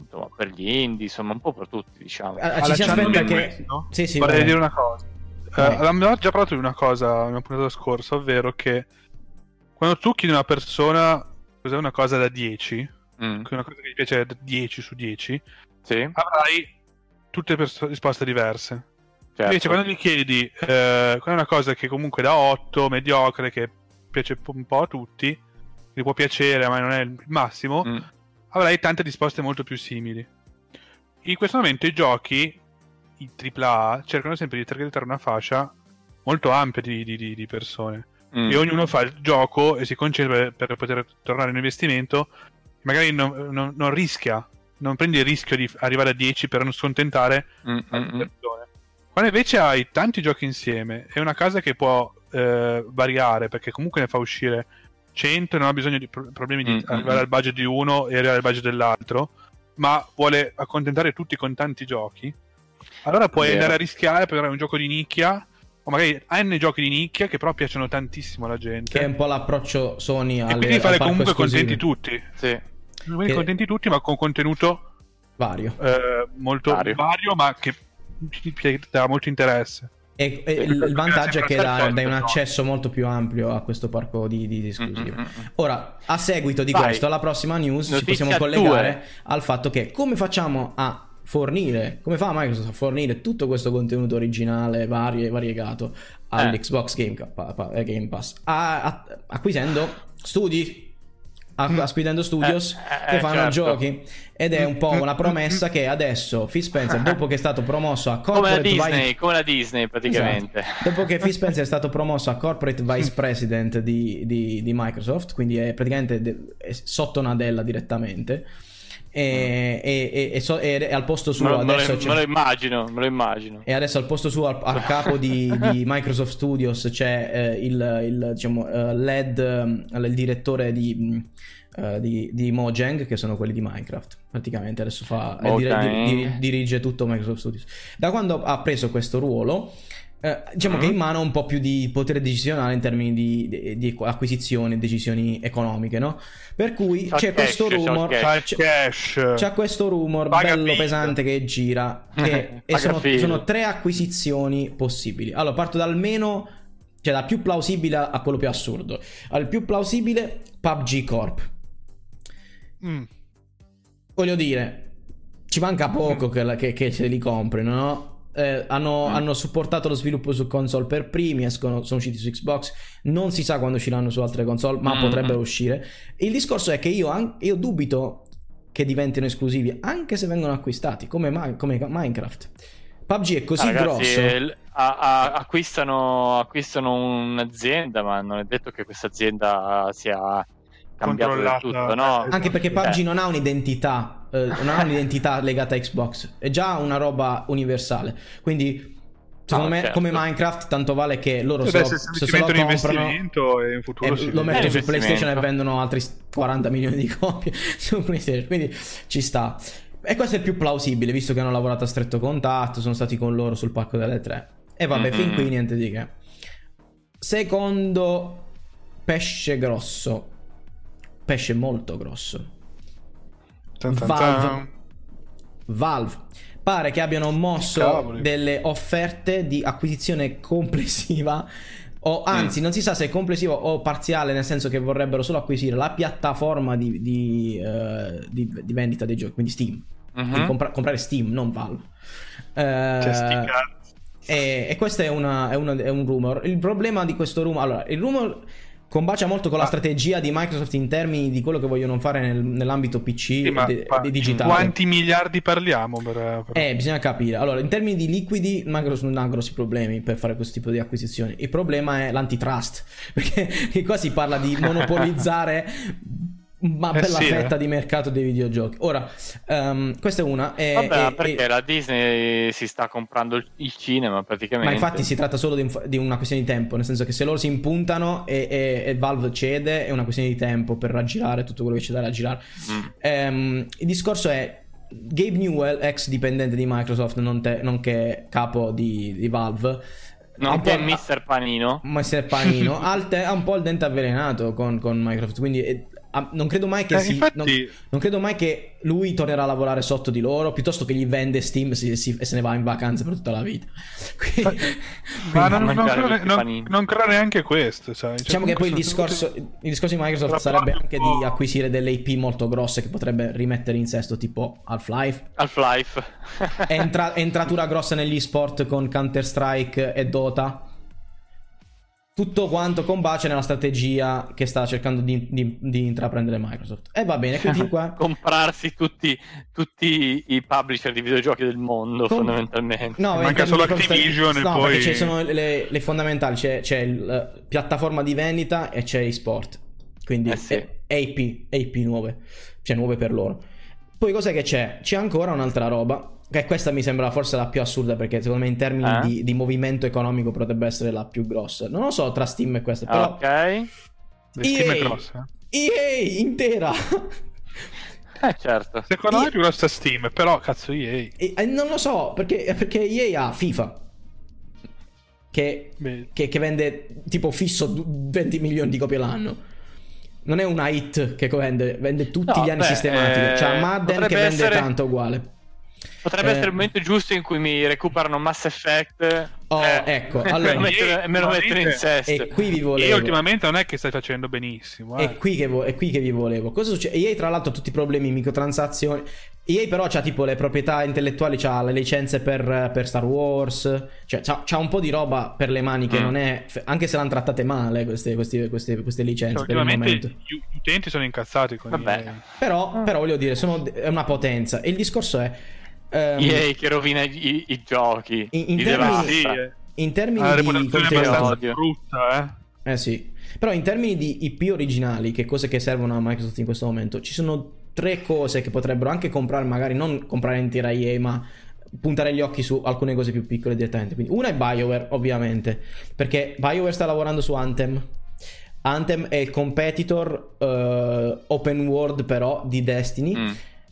gli indie, insomma un po' per tutti, diciamo. Ci si aspetta che questo, sì, vorrei vai. dire una cosa. Abbiamo già parlato di una cosa nella puntata scorsa, ovvero che quando tu chiedi a una persona cos'è una cosa da 10, una cosa che gli piace da 10 su 10, sì, avrai tutte risposte diverse. certo. Invece quando gli chiedi qual è una cosa che comunque da 8, mediocre, che piace un po' a tutti, che può piacere ma non è il massimo, avrai tante risposte molto più simili. In questo momento i giochi, i AAA, cercano sempre di targetare una fascia molto ampia di persone. E ognuno fa il gioco e si concentra per poter tornare in investimento. Magari non rischia, non prendi il rischio di arrivare a 10 per non scontentare tante persone. Quando invece hai tanti giochi insieme, è una casa che può variare, perché comunque ne fa uscire 100 e non ha bisogno di problemi di arrivare al budget di uno e arrivare al budget dell'altro, ma vuole accontentare tutti con tanti giochi. Allora puoi andare a rischiare per avere un gioco di nicchia, o magari N giochi di nicchia che però piacciono tantissimo alla gente, che è un po' l'approccio Sony e quindi fare comunque esclusive. contenti tutti. Sì. Contenti tutti, ma con contenuto vario, molto vario, ma che ti dà molto interesse. e il vantaggio è che dai un accesso molto più ampio a questo parco di esclusive. Ora, a seguito di questo, alla prossima news ci possiamo collegare al fatto che come facciamo a fornire, come fa Microsoft a fornire tutto questo contenuto originale variegato all'Xbox Game Pass, acquisendo studi, acquisendo studios che fanno certo. giochi, ed è un po' una promessa che adesso Phil Spencer, dopo che è stato promosso a corporate come la Disney praticamente, dopo che Phil Spencer è stato promosso a corporate vice president di Microsoft, quindi è praticamente è sotto Nadella direttamente, e al posto suo adesso me lo immagino. E adesso al posto suo a capo di Microsoft Studios c'è il direttore di Mojang, che sono quelli di Minecraft. Praticamente adesso dirige tutto Microsoft Studios. Da quando ha preso questo ruolo, diciamo che in mano un po' più di potere decisionale in termini di acquisizioni, decisioni economiche, no? Per cui c'è questo rumor, c'è questo rumor bello pesante che gira, e sono 3 acquisizioni possibili. Allora parto dal meno, cioè dal più plausibile a quello più assurdo. Al più plausibile, PUBG Corp. Voglio dire, ci manca poco che se li comprino, no? Hanno supportato lo sviluppo su console per primi, sono usciti su Xbox, non si sa quando usciranno su altre console, ma potrebbero uscire. Il discorso è che io dubito che diventino esclusivi, anche se vengono acquistati come Minecraft. PUBG è così grosso, acquistano un'azienda, ma non è detto che questa azienda sia cambiato del tutto, no? Anche perché PUBG non ha un'identità legata a Xbox, è già una roba universale, quindi secondo me come Minecraft tanto vale che loro se lo comprano e in futuro lo mettono su PlayStation e vendono altri 40 milioni di copie su PlayStation, quindi ci sta. E questo è il più plausibile, visto che hanno lavorato a stretto contatto, sono stati con loro sul palco delle 3. E vabbè, fin qui niente di che. Secondo pesce grosso, pesce molto grosso, Valve pare che abbiano mosso delle offerte di acquisizione complessiva, o anzi non si sa se è complessiva o parziale, nel senso che vorrebbero solo acquisire la piattaforma di vendita dei giochi, quindi Steam. Quindi comprare Steam, non Valve. E questo è un rumor. Il problema di questo rumor, allora, il rumor combacia molto con la strategia di Microsoft in termini di quello che vogliono fare nell'ambito PC di digitale. Quanti miliardi parliamo? Bisogna capire. Allora, in termini di liquidi, Microsoft non ha grossi problemi per fare questo tipo di acquisizioni. Il problema è l'antitrust, perché qua si parla di monopolizzare una bella sì, fetta di mercato dei videogiochi. Ora, questa è una. Vabbè, perché la Disney si sta comprando il cinema praticamente. Ma infatti si tratta solo di una questione di tempo, nel senso che se loro si impuntano e Valve cede, è una questione di tempo per raggirare tutto quello che c'è da raggirare. Il discorso è Gabe Newell, ex dipendente di Microsoft, nonché capo di Valve, nonché Mr. Panino. Mr. Panino ha un po' il dente avvelenato con Microsoft, quindi non credo mai che non credo mai che lui tornerà a lavorare sotto di loro, piuttosto che gli vende Steam e se ne va in vacanza per tutta la vita. Ma non credo neanche questo, sai. Diciamo che poi il discorso di Microsoft sarebbe anche di acquisire delle IP molto grosse che potrebbe rimettere in sesto, tipo Half-Life. Entratura grossa negli esport con Counter-Strike e Dota. Tutto quanto combacia nella strategia che sta cercando di intraprendere Microsoft. E va bene, quindi fin qua comprarsi tutti i publisher di videogiochi del mondo, fondamentalmente. No, manca solo Activision e poi... perché ci sono le fondamentali, c'è la piattaforma di vendita e c'è eSport. Quindi AP nuove, cioè nuove per loro. Poi cos'è che c'è? C'è ancora un'altra roba, che questa mi sembra forse la più assurda, perché secondo me in termini di movimento economico potrebbe essere la più grossa. Non lo so tra Steam e questa, però ok. Steam è grossa. EA intera. Certo. Secondo me è più grossa Steam, però cazzo EA. Non lo so, perché EA ha FIFA che vende tipo fisso 20 milioni di copie l'anno. Non è una hit che vende tutti gli anni sistematici. C'ha Madden che vende tanto uguale. Potrebbe essere il momento giusto in cui mi recuperano Mass Effect. Ecco, allora me lo mettono in sesto. E qui vi volevo. E ultimamente non è che stai facendo benissimo. È qui che vi volevo. Cosa succede? EA tra l'altro ha tutti i problemi microtransazioni. EA però c'ha tipo le proprietà intellettuali, c'ha le licenze per Star Wars, cioè c'ha un po' di roba per le mani che non è, anche se l'hanno trattate male queste licenze, per il momento. Gli utenti sono incazzati con EA. Però voglio dire, è una potenza. E il discorso è EA che rovina i giochi. In termini di contenuto brutta, sì. Però in termini di IP originali, che cose che servono a Microsoft in questo momento, ci sono 3 cose che potrebbero anche comprare, magari non comprare intera EA, ma puntare gli occhi su alcune cose più piccole direttamente. Quindi una è BioWare, ovviamente, perché BioWare sta lavorando su Anthem. Anthem è il competitor open world però di Destiny.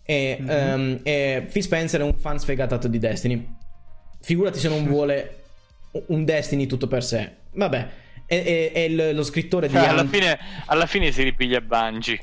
E Phil Spencer è un fan sfegatato di Destiny. Figurati se non vuole un Destiny tutto per sé. Vabbè, è lo scrittore di alla fine si ripiglia Bungie.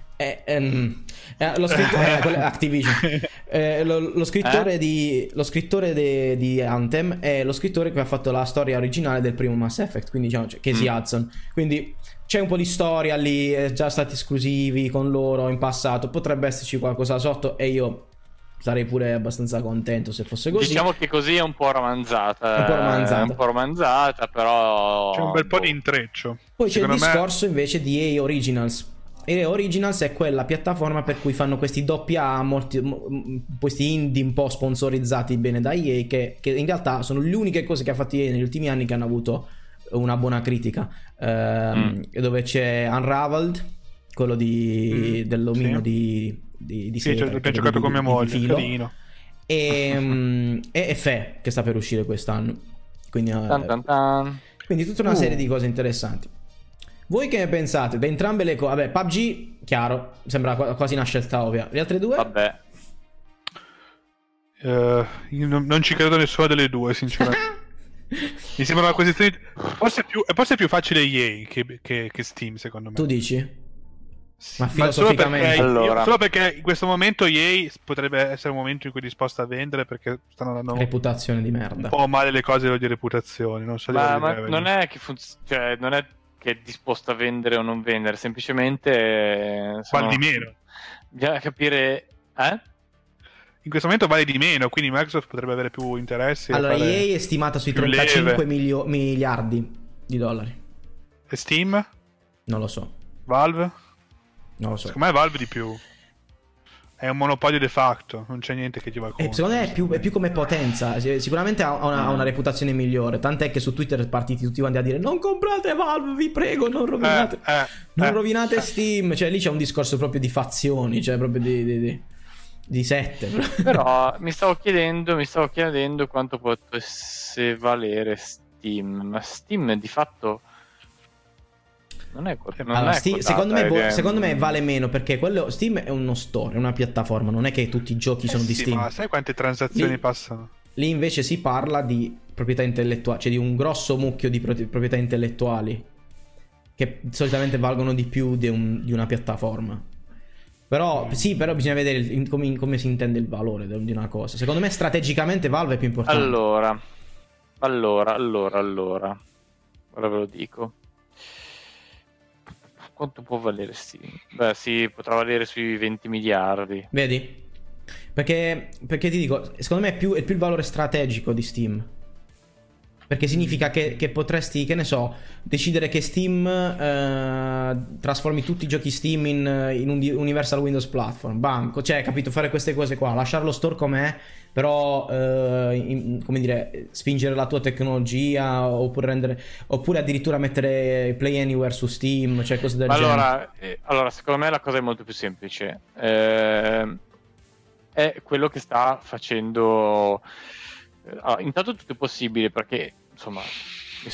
Lo scrittore Activision. Lo scrittore di Anthem è lo scrittore che ha fatto la storia originale del primo Mass Effect, quindi diciamo Casey Hudson. Quindi c'è un po' di storia lì, è già stati esclusivi con loro in passato, potrebbe esserci qualcosa sotto e io sarei pure abbastanza contento se fosse così. Diciamo che così è un po' romanzata, però c'è un bel po' di intreccio. Poi c'è il discorso invece di EA Originals. EA Originals è quella piattaforma per cui fanno questi AA, questi indie un po' sponsorizzati bene da EA, che in realtà sono le uniche cose che ha fatto EA negli ultimi anni che hanno avuto una buona critica, dove c'è Unraveled, quello dell'omino di seta, ho giocato con mia moglie, carino. E Fe, che sta per uscire quest'anno, quindi tutta una serie di cose interessanti. Voi che ne pensate? Da entrambe le cose. Vabbè, PUBG, chiaro, sembra quasi una scelta ovvia. Le altre due? Vabbè, io non ci credo nessuna delle due, sinceramente. Mi sembra una questione. Forse è più facile EA che Steam, secondo me. Tu dici? Sì, ma filosoficamente solo perché in questo momento EA potrebbe essere un momento in cui è disposta a vendere, perché stanno dando reputazione di merda, un po' male le cose di reputazione, non so. Ma non è che cioè non è che è disposto a vendere o non vendere, semplicemente vale di meno. Bisogna capire, in questo momento vale di meno, quindi Microsoft potrebbe avere più interessi. Allora EA è stimata sui 35 miliardi di dollari. E Steam? Non lo so. Valve? Non lo so. Secondo me Valve di più. è un monopolio de facto, non c'è niente che ti va contro. Secondo me è più come potenza. Sicuramente ha una reputazione migliore. Tant'è che su Twitter partiti tutti quanti a dire: non comprate Valve, vi prego, non rovinate Steam. Cioè lì c'è un discorso proprio di fazioni, cioè proprio di sette. Però mi stavo chiedendo quanto potesse valere Steam. Ma Steam di fatto non è secondo me vale meno, perché quello Steam è uno store, è una piattaforma, non è che tutti i giochi sono di Steam. Ma sai quante transazioni passano? Lì invece si parla di proprietà intellettuale, cioè di un grosso mucchio di proprietà intellettuali che solitamente valgono di più di una piattaforma. Però bisogna vedere come si intende il valore di una cosa. Secondo me strategicamente Valve è più importante. Allora ora ve lo dico. Quanto può valere Steam? Beh, sì, potrà valere sui 20 miliardi. Vedi? Perché ti dico, secondo me è più il valore strategico di Steam. Perché significa che potresti, che ne so, decidere che Steam trasformi tutti i giochi Steam in un Universal Windows Platform. Bam, cioè, capito, fare queste cose qua, lasciare lo store com'è, però come dire, spingere la tua tecnologia, oppure addirittura mettere Play Anywhere su Steam, cioè cose del genere. Allora, secondo me la cosa è molto più semplice. È quello che sta facendo. Intanto tutto è possibile, perché insomma i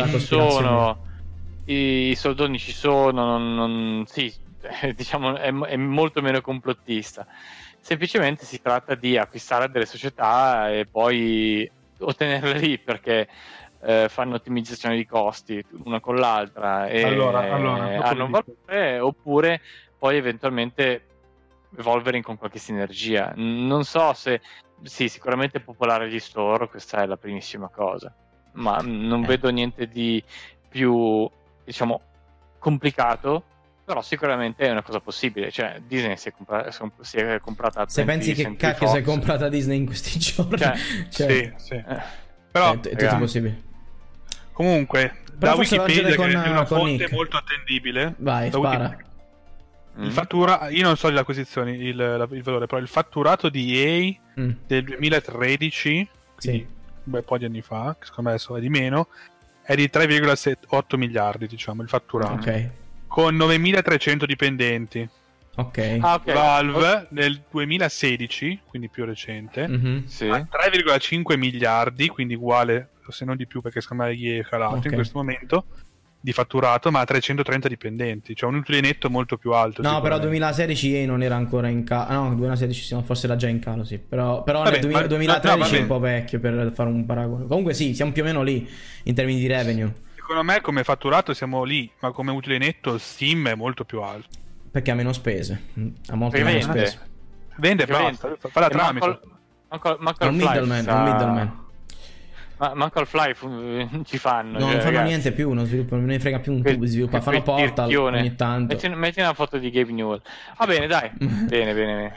soldoni ci sono, sì, diciamo è molto meno complottista. Semplicemente si tratta di acquistare delle società e poi ottenerle lì, perché fanno ottimizzazione di costi una con l'altra e hanno un valore, oppure poi eventualmente evolvere con qualche sinergia. Non so se sì, sicuramente popolare gli store, questa è la primissima cosa, ma non vedo niente di più, diciamo, complicato. Però sicuramente è una cosa possibile. Cioè Disney si è comprata se pensi che cacchio si è comprata Disney in questi giorni, sì. Però è tutto possibile. Comunque da Wikipedia, che è una fonte molto attendibile, vai, spara. Il io non so le acquisizioni, il valore, però il fatturato di EA del 2013, quindi un po' di anni fa, che secondo me adesso è di meno, è di 3,8 miliardi, diciamo, il fatturato. Ok. Con 9.300 dipendenti. Ok. Valve nel 2016, quindi più recente, a 3,5 miliardi, quindi uguale, se non di più, perché secondo me EA è calato in questo momento, di fatturato, ma a 330 dipendenti, cioè un utile netto molto più alto. No, però 2016 EA non era ancora in calo. No, 2016 forse era già in calo, sì. Però vabbè, nel 2013 è un po' vecchio per fare un paragone. Comunque sì, siamo più o meno lì in termini di revenue. Secondo me come fatturato siamo lì, ma come utile netto Steam è molto più alto. Perché ha meno spese. Ha molto meno spese. Vende, basta, fa la tramite. È un middleman. Ma manco al Fly ci fanno. No, non fanno niente più, non ne frega più un tubo di sviluppo. Fanno Portal ogni tanto. Metti una foto di Gabe Newell. Va bene, dai. bene.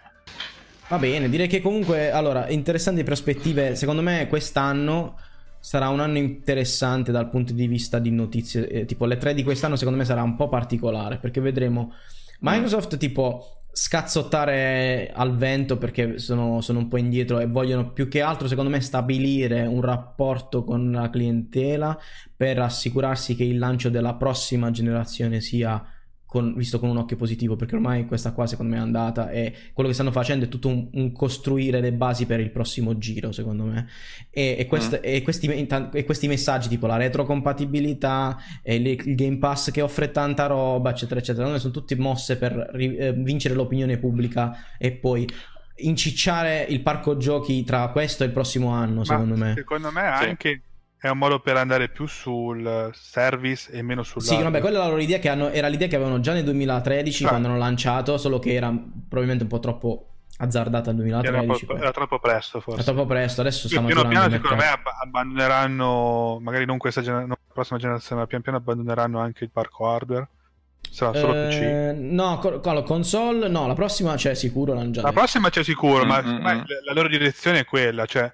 Va bene, direi che comunque, allora, interessanti prospettive. Secondo me quest'anno sarà un anno interessante dal punto di vista di notizie. Tipo le 3 di quest'anno secondo me sarà un po' particolare, perché vedremo Microsoft tipo scazzottare al vento, perché sono un po' indietro e vogliono più che altro, secondo me, stabilire un rapporto con la clientela per assicurarsi che il lancio della prossima generazione sia visto con un occhio positivo, perché ormai questa qua secondo me è andata, e quello che stanno facendo è tutto un costruire le basi per il prossimo giro, secondo me, e questi messaggi tipo la retrocompatibilità e il Game Pass che offre tanta roba, eccetera eccetera, sono tutte mosse per vincere l'opinione pubblica e poi incicciare il parco giochi tra questo e il prossimo anno. Secondo me anche è un modo per andare più sul service e meno sull'hardware. Sì, vabbè, quella è la loro idea, era l'idea che avevano già nel 2013 quando hanno lanciato, solo che era probabilmente un po' troppo azzardata nel 2013. Era troppo presto, forse. Era troppo presto, adesso stanno piano piano secondo me abbandoneranno, magari non la prossima generazione, ma pian piano abbandoneranno anche il parco hardware. Sarà solo PC. No, console la prossima c'è sicuro. La prossima c'è sicuro, ma la loro direzione è quella, cioè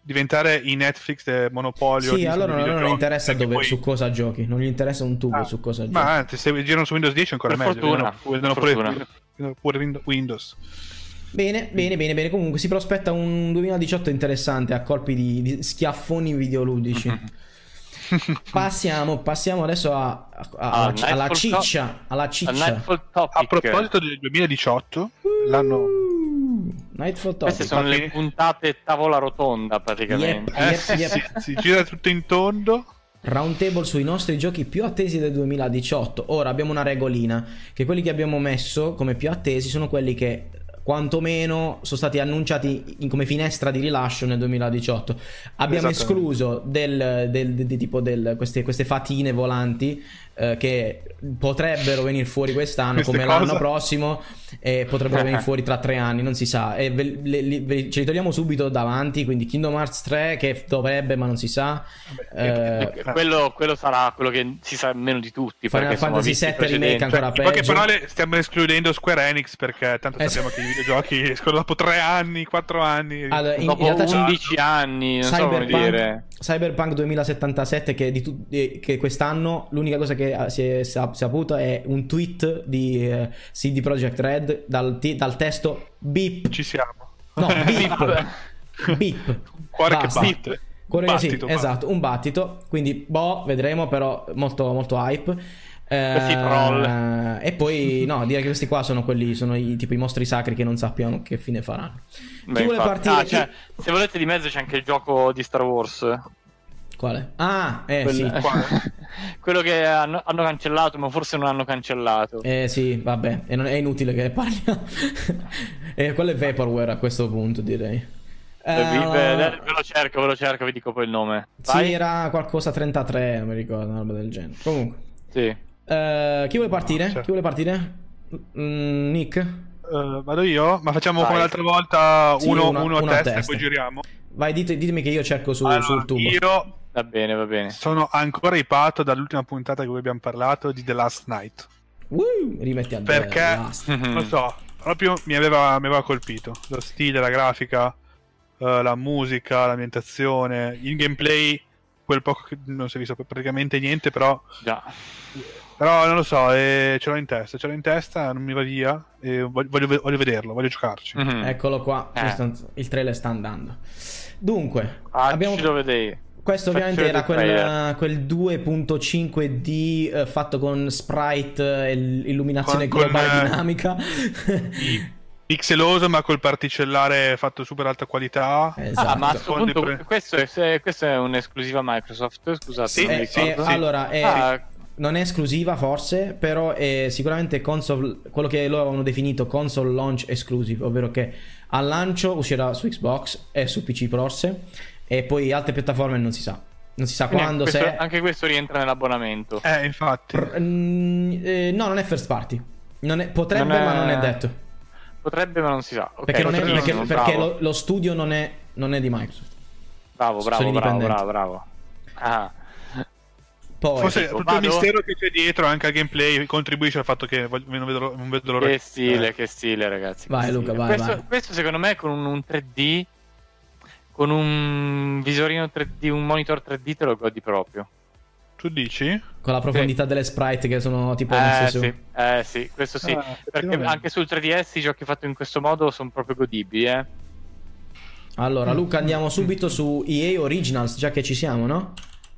diventare i Netflix del monopolio. Sì, allora non interessa poi... su cosa giochi, non gli interessa un tubo su cosa giochi. Ma anzi, se girano su Windows 10 è ancora per meglio. Fortuna. Pure Windows. Bene. Comunque si prospetta un 2018 interessante a colpi di schiaffoni videoludici. Passiamo adesso alla ciccia. A proposito del 2018, l'anno Nightfall Topic. Queste sono le puntate tavola rotonda praticamente. Yep. Si gira tutto in tondo. Roundtable sui nostri giochi più attesi del 2018. Ora abbiamo una regolina, che quelli che abbiamo messo come più attesi sono quelli che quantomeno sono stati annunciati come finestra di rilascio nel 2018. Abbiamo escluso queste fatine volanti che potrebbero venire fuori quest'anno, come l'anno prossimo, e potrebbero venire fuori tra 3 anni, non si sa, e ce li togliamo subito davanti. Quindi Kingdom Hearts 3 che dovrebbe, ma non si sa. Quello sarà quello che si sa meno di tutti. Final Fantasy 7 remake ancora peggio. In poche parole stiamo escludendo Square Enix, perché tanto sappiamo che i videogiochi escono dopo 3 anni, 4 anni, allora, dopo in realtà 11 anni, non so come dire. Cyberpunk 2077 che quest'anno l'unica cosa che si è saputo è un tweet di CD Projekt Red dal testo beep. Ci siamo. No, beep. Cuore che batte. Battito, sì, esatto, un battito. Quindi vedremo, però molto molto hype. E poi direi che questi qua sono tipo i mostri sacri che non sappiamo che fine faranno. Chi vuole partire? Se volete di mezzo c'è anche il gioco di Star Wars. Quale? Sì. Quello che hanno cancellato, ma forse non hanno cancellato. Sì, vabbè, è inutile che ne parliamo. Quello è Vaporware a questo punto, direi. Ve lo cerco, vi dico poi il nome. Vai. Sì, era qualcosa 33, mi ricordo, una roba del genere. Comunque. Sì. Chi vuole partire? Certo. Chi vuole partire? Nick? Vado io, ma facciamo come l'altra volta, uno a testa e poi giriamo. Vai, ditemi che io cerco sul tubo. Io va bene. Sono ancora ipato dall'ultima puntata che voi abbiamo parlato di The Last Night. Rimetti a perché non so, proprio mi aveva colpito lo stile, la grafica, la musica, l'ambientazione, il gameplay, quel poco che non si è visto praticamente niente, però però non lo so, ce l'ho in testa, non mi va via, e voglio vederlo, voglio giocarci. Eccolo qua, il trailer sta andando. Dunque, lo vedevi. Questo ovviamente era quel 2.5D fatto con sprite e illuminazione globale dinamica. Pixeloso, ma col particellare fatto super alta qualità. Esatto. Ma a questo punto questo è un'esclusiva Microsoft, scusate. Sì. Allora, non è esclusiva forse, però è sicuramente console, quello che loro avevano definito console launch exclusive, ovvero che al lancio uscirà su Xbox e su PC forse, e poi altre piattaforme non si sa quando. Anche questo rientra nell'abbonamento. Infatti. No, non è first party. Potrebbe, ma non è detto. Potrebbe, ma non si sa. Okay, perché lo studio non è di Microsoft. Bravo. Poi, forse tutto il mistero che c'è dietro anche al gameplay contribuisce al fatto che non vedo l'ora. Che stile, ragazzi. Vai, Luca, vai. Questo secondo me con un 3D, con un visorino 3D, un monitor 3D te lo godi proprio. Tu dici? Con la profondità delle sprite che sono tipo sì, questo sì. Perché anche sul 3DS i giochi fatti in questo modo sono proprio godibili, Allora, Luca, andiamo subito su EA Originals, già che ci siamo, no?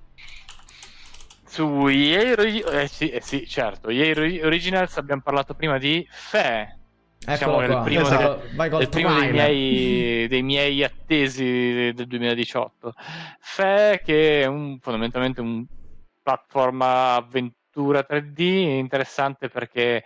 Su EA sì, certo. EA Originals abbiamo parlato prima di Fe. Eccolo qua. Il primo dei miei attesi del 2018. Fe, che è fondamentalmente un piattaforma avventura 3D interessante perché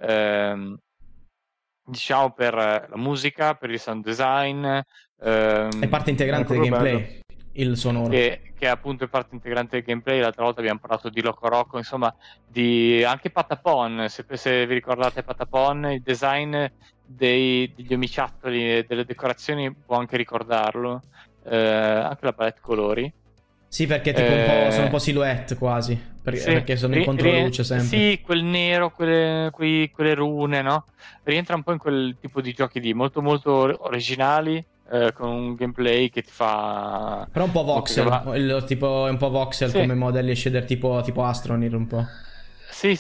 diciamo per la musica, per il sound design, è parte integrante del gameplay, il sonoro, che è appunto parte integrante del gameplay. L'altra volta abbiamo parlato di Loco Roco, insomma, di anche Patapon, se vi ricordate Patapon, il design degli omiciattoli e delle decorazioni può anche ricordarlo, anche la palette colori. Sì, perché tipo sono un po' silhouette quasi, perché sono in controluce sempre. Sì, quel nero, quelle rune, no? Rientra un po' in quel tipo di giochi lì, molto molto originali, con un gameplay che ti fa... Però un po' voxel, tipo è un po' voxel come modelli e shader tipo Astroneer un po'. Sì.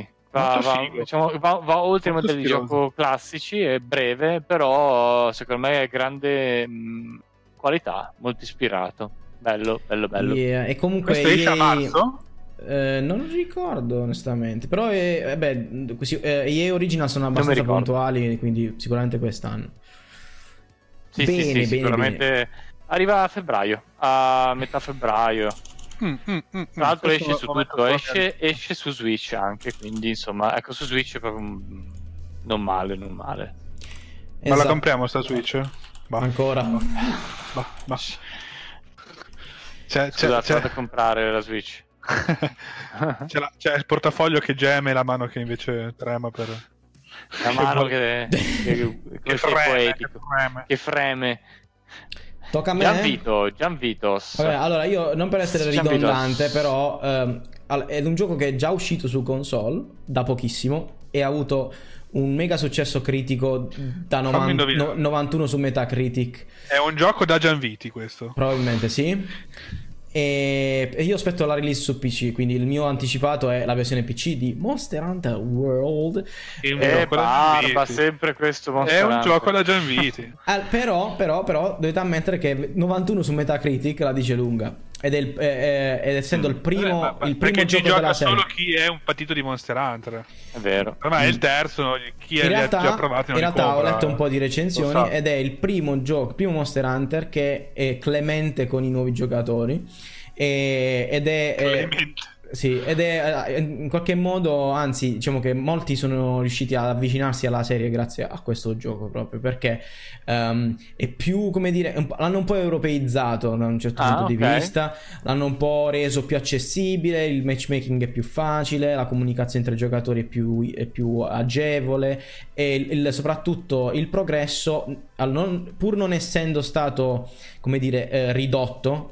Va oltre i modelli di gioco classici, è breve, però secondo me è grande qualità, molto ispirato. Bello. Yeah. E comunque questo esce a marzo? Non ricordo onestamente, però EA Original sono abbastanza puntuali, quindi sicuramente quest'anno. Sì, sicuramente arriva a febbraio, a metà febbraio. Tra l'altro esce su tutto, esce su Switch anche, quindi insomma, ecco, su Switch è proprio non male. Ma la compriamo sta Switch? Ancora? Scusate, vado a comprare la Switch. c'è il portafoglio che geme e la mano che invece trema per... La mano che freme. Tocca a me. Gianvitos. Vabbè, allora io non per essere ridondante, però è un gioco che è già uscito su console da pochissimo e ha avuto un mega successo critico da 91 su Metacritic. È un gioco da Gianviti questo? Probabilmente sì. E io aspetto la release su PC, quindi il mio anticipato è la versione PC di Monster Hunter World. Barba, sempre questo Monster Hunter. È un gioco da Gianviti. Però dovete ammettere che 91 su Metacritic la dice lunga. Ed essendo il primo perché ci gioco della gioca serie. Solo chi è un patito di Monster Hunter. È vero. Per me è il terzo, chi ha già provato. In realtà ho letto un po' di recensioni ed è il primo Monster Hunter che è clemente con i nuovi giocatori ed è in qualche modo, anzi diciamo che molti sono riusciti ad avvicinarsi alla serie grazie a questo gioco, proprio perché è più, come dire, l'hanno un po' europeizzato da un certo punto di vista, l'hanno un po' reso più accessibile, il matchmaking è più facile, la comunicazione tra i giocatori è più agevole e soprattutto il progresso, pur non essendo stato, come dire, ridotto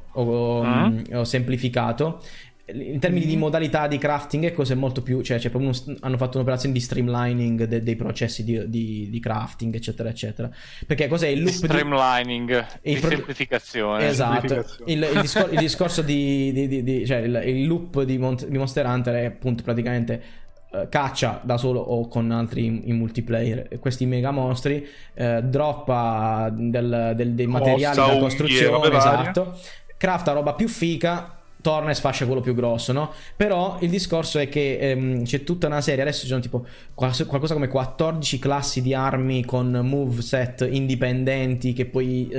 o semplificato in termini di modalità di crafting e cose molto più, cioè c'è proprio hanno fatto un'operazione di streamlining dei processi di crafting, eccetera eccetera, perché cos'è il loop streamlining di semplificazione, esatto. Il discorso cioè il loop di Monster Hunter è appunto praticamente caccia da solo o con altri in multiplayer questi mega mostri, droppa dei materiali da costruzione, esatto, crafta roba più fica, torna e sfascia quello più grosso, no? Però il discorso è che c'è tutta una serie, adesso ci sono tipo qualcosa come 14 classi di armi con moveset indipendenti che puoi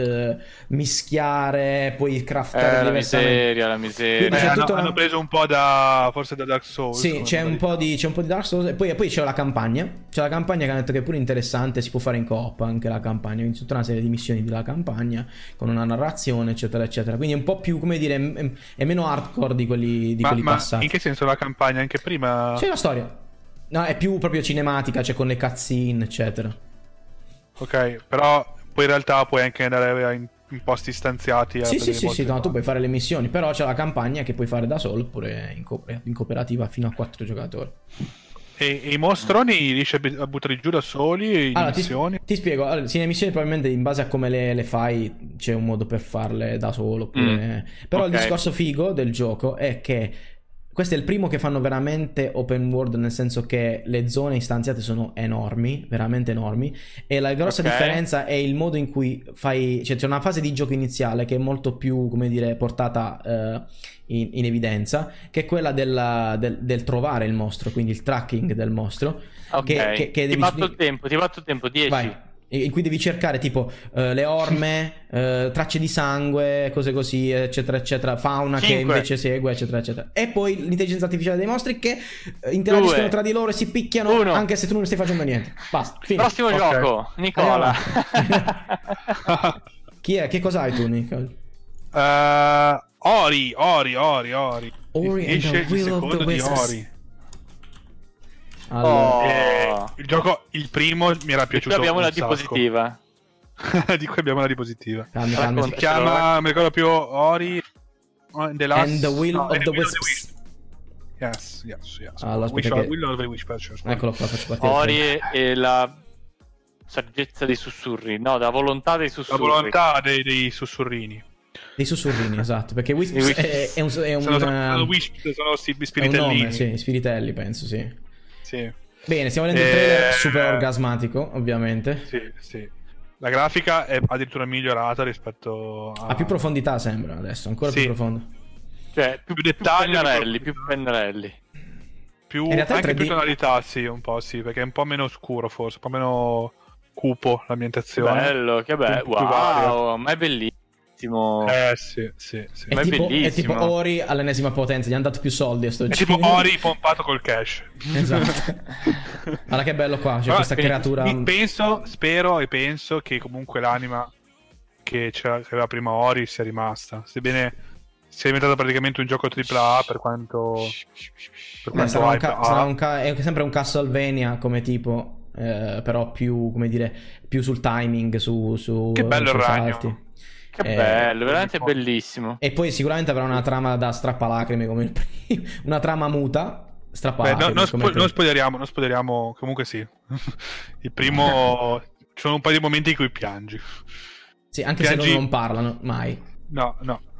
mischiare, puoi craftare diversamente. La miseria. Quindi hanno preso un po' forse da Dark Souls. Sì, c'è un po' di Dark Souls e poi c'è la campagna. C'è la campagna che hanno detto che è pure interessante, si può fare in coop anche la campagna, quindi tutta una serie di missioni della campagna con una narrazione, eccetera eccetera. Quindi è un po' più, come dire, è meno hardcore di quelli passati. In che senso la campagna? Anche prima c'è la storia. No, è più proprio cinematica, cioè con le cutscene, eccetera. Ok, però poi in realtà puoi anche andare in posti stanziati. Sì, no, tu puoi fare le missioni, però c'è la campagna che puoi fare da solo oppure in cooperativa fino a 4 giocatori. E i mostroni riesci a buttarli giù da soli? Allora, missioni? Ti spiego. Allora, sì, le missioni probabilmente in base a come le fai c'è un modo per farle da solo oppure... Però il discorso figo del gioco è che questo è il primo che fanno veramente open world, nel senso che le zone istanziate sono enormi, veramente enormi, e la grossa differenza è il modo in cui fai, cioè c'è una fase di gioco iniziale che è molto più, come dire, portata in evidenza, che è quella del trovare il mostro, quindi il tracking del mostro. Ok, ti batto il tempo, 10. Vai. In cui devi cercare tipo le orme, tracce di sangue, cose così, eccetera eccetera, fauna 5. Che invece segue, eccetera eccetera, e poi l'intelligenza artificiale dei mostri che interagiscono 2. Tra di loro e si picchiano 1. Anche se tu non stai facendo niente. Basta, fine. Prossimo gioco, Nicola. Chi è? Che cosa hai tu, Nicola? Ori Esce il secondo di Ori. Allora. Il primo mi era piaciuto. Qui abbiamo la diapositiva. Di cui abbiamo la diapositiva. Si chiama, mi ricordo più, Ori and the Will of the Wisps. Yes. Allora, Will of the Wisps. Eccolo qua, faccio partire. Ori e la saggezza dei sussurri, no, della volontà dei La sussurri. volontà dei sussurrini. Dei sussurrini, esatto, perché Wisps è un Sono Wisp, sono è un spiritellini. nome, sì, spiritelli, penso, sì. Sì. Bene, stiamo vedendo il trailer super orgasmatico, ovviamente. Sì, sì. La grafica è addirittura migliorata rispetto a... Ha più profondità, sembra, adesso, ancora Sì. più profondo. Cioè, più dettagli, pennarelli, più più pennarelli. più, In realtà è anche 3D. più tonalità, sì, un po', sì, perché è un po' meno scuro forse, un po' meno cupo l'ambientazione. Bello, che bello. Più varia. Wow, ma è bellissimo. Sì, sì, sì. Ma è È tipo bellissimo. Ori all'ennesima potenza, gli hanno dato più soldi a sto È giro. tipo Ori pompato col cash. Esatto. Guarda che bello qua, c'è Però, questa creatura. Spero e penso che comunque l'anima che aveva prima Ori sia rimasta. Sebbene sia diventato praticamente un gioco AAA per quanto Sarà hype ha. è sempre un Castlevania come tipo, però più, come dire, più sul timing, su Che bello sui il ragno. salti. Che bello, veramente bellissimo. E poi sicuramente avrà una trama da strappalacrime come il primo, una trama muta strappalacrime. Non spoileriamo, comunque sì. Il primo... Ci sono un paio di momenti in cui piangi. Sì, anche piangi... se loro non parlano mai. No.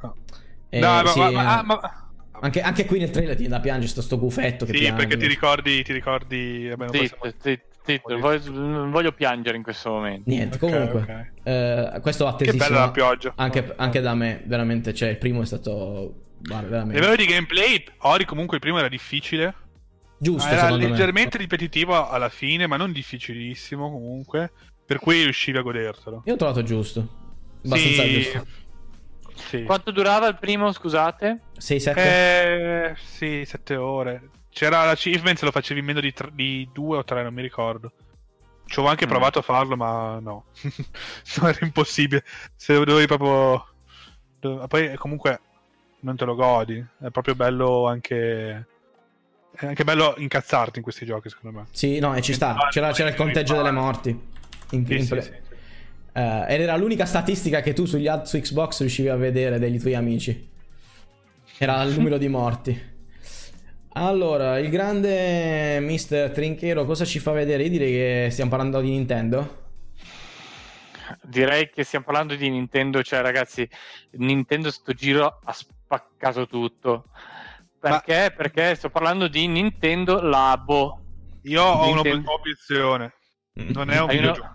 Sì, ma... Anche qui nel trailer ti da piangere sto gufetto che sì, piange. perché ti ricordi... Vabbè, non possiamo... Non voglio piangere in questo momento. Niente, comunque questo è Che attesissimo. bella la pioggia. Anche da me, veramente. Cioè, il primo è stato. Guarda, A veramente. livello di gameplay, Ori comunque il primo era difficile. Giusto, Era secondo leggermente ripetitivo alla fine, ma non difficilissimo comunque. Per cui riuscivi a godertelo. me. Io ho trovato giusto. Abbastanza giusto. Sì. Quanto durava il primo, scusate? 6-7? Sì, 7 ore. C'era l'achievement se lo facevi in meno di 2 o 3, non mi ricordo. Ci avevo anche provato a farlo, ma no. Non era impossibile. Se dovevi proprio... Poi comunque non te lo godi. È proprio bello anche... È anche bello incazzarti in questi giochi, secondo me. Sì, no, e ci sta. C'era il conteggio delle morti. Sì. Ed era l'unica statistica che tu su Xbox riuscivi a vedere degli tuoi amici. Era il numero di morti. Allora, il grande Mr. Trinchero cosa ci fa vedere? Io direi che stiamo parlando di Nintendo. Direi che stiamo parlando di Nintendo, cioè ragazzi, Nintendo sto giro ha spaccato tutto. Perché? Perché sto parlando di Nintendo Labo. Io ho un'obiezione. Non è un videogioco.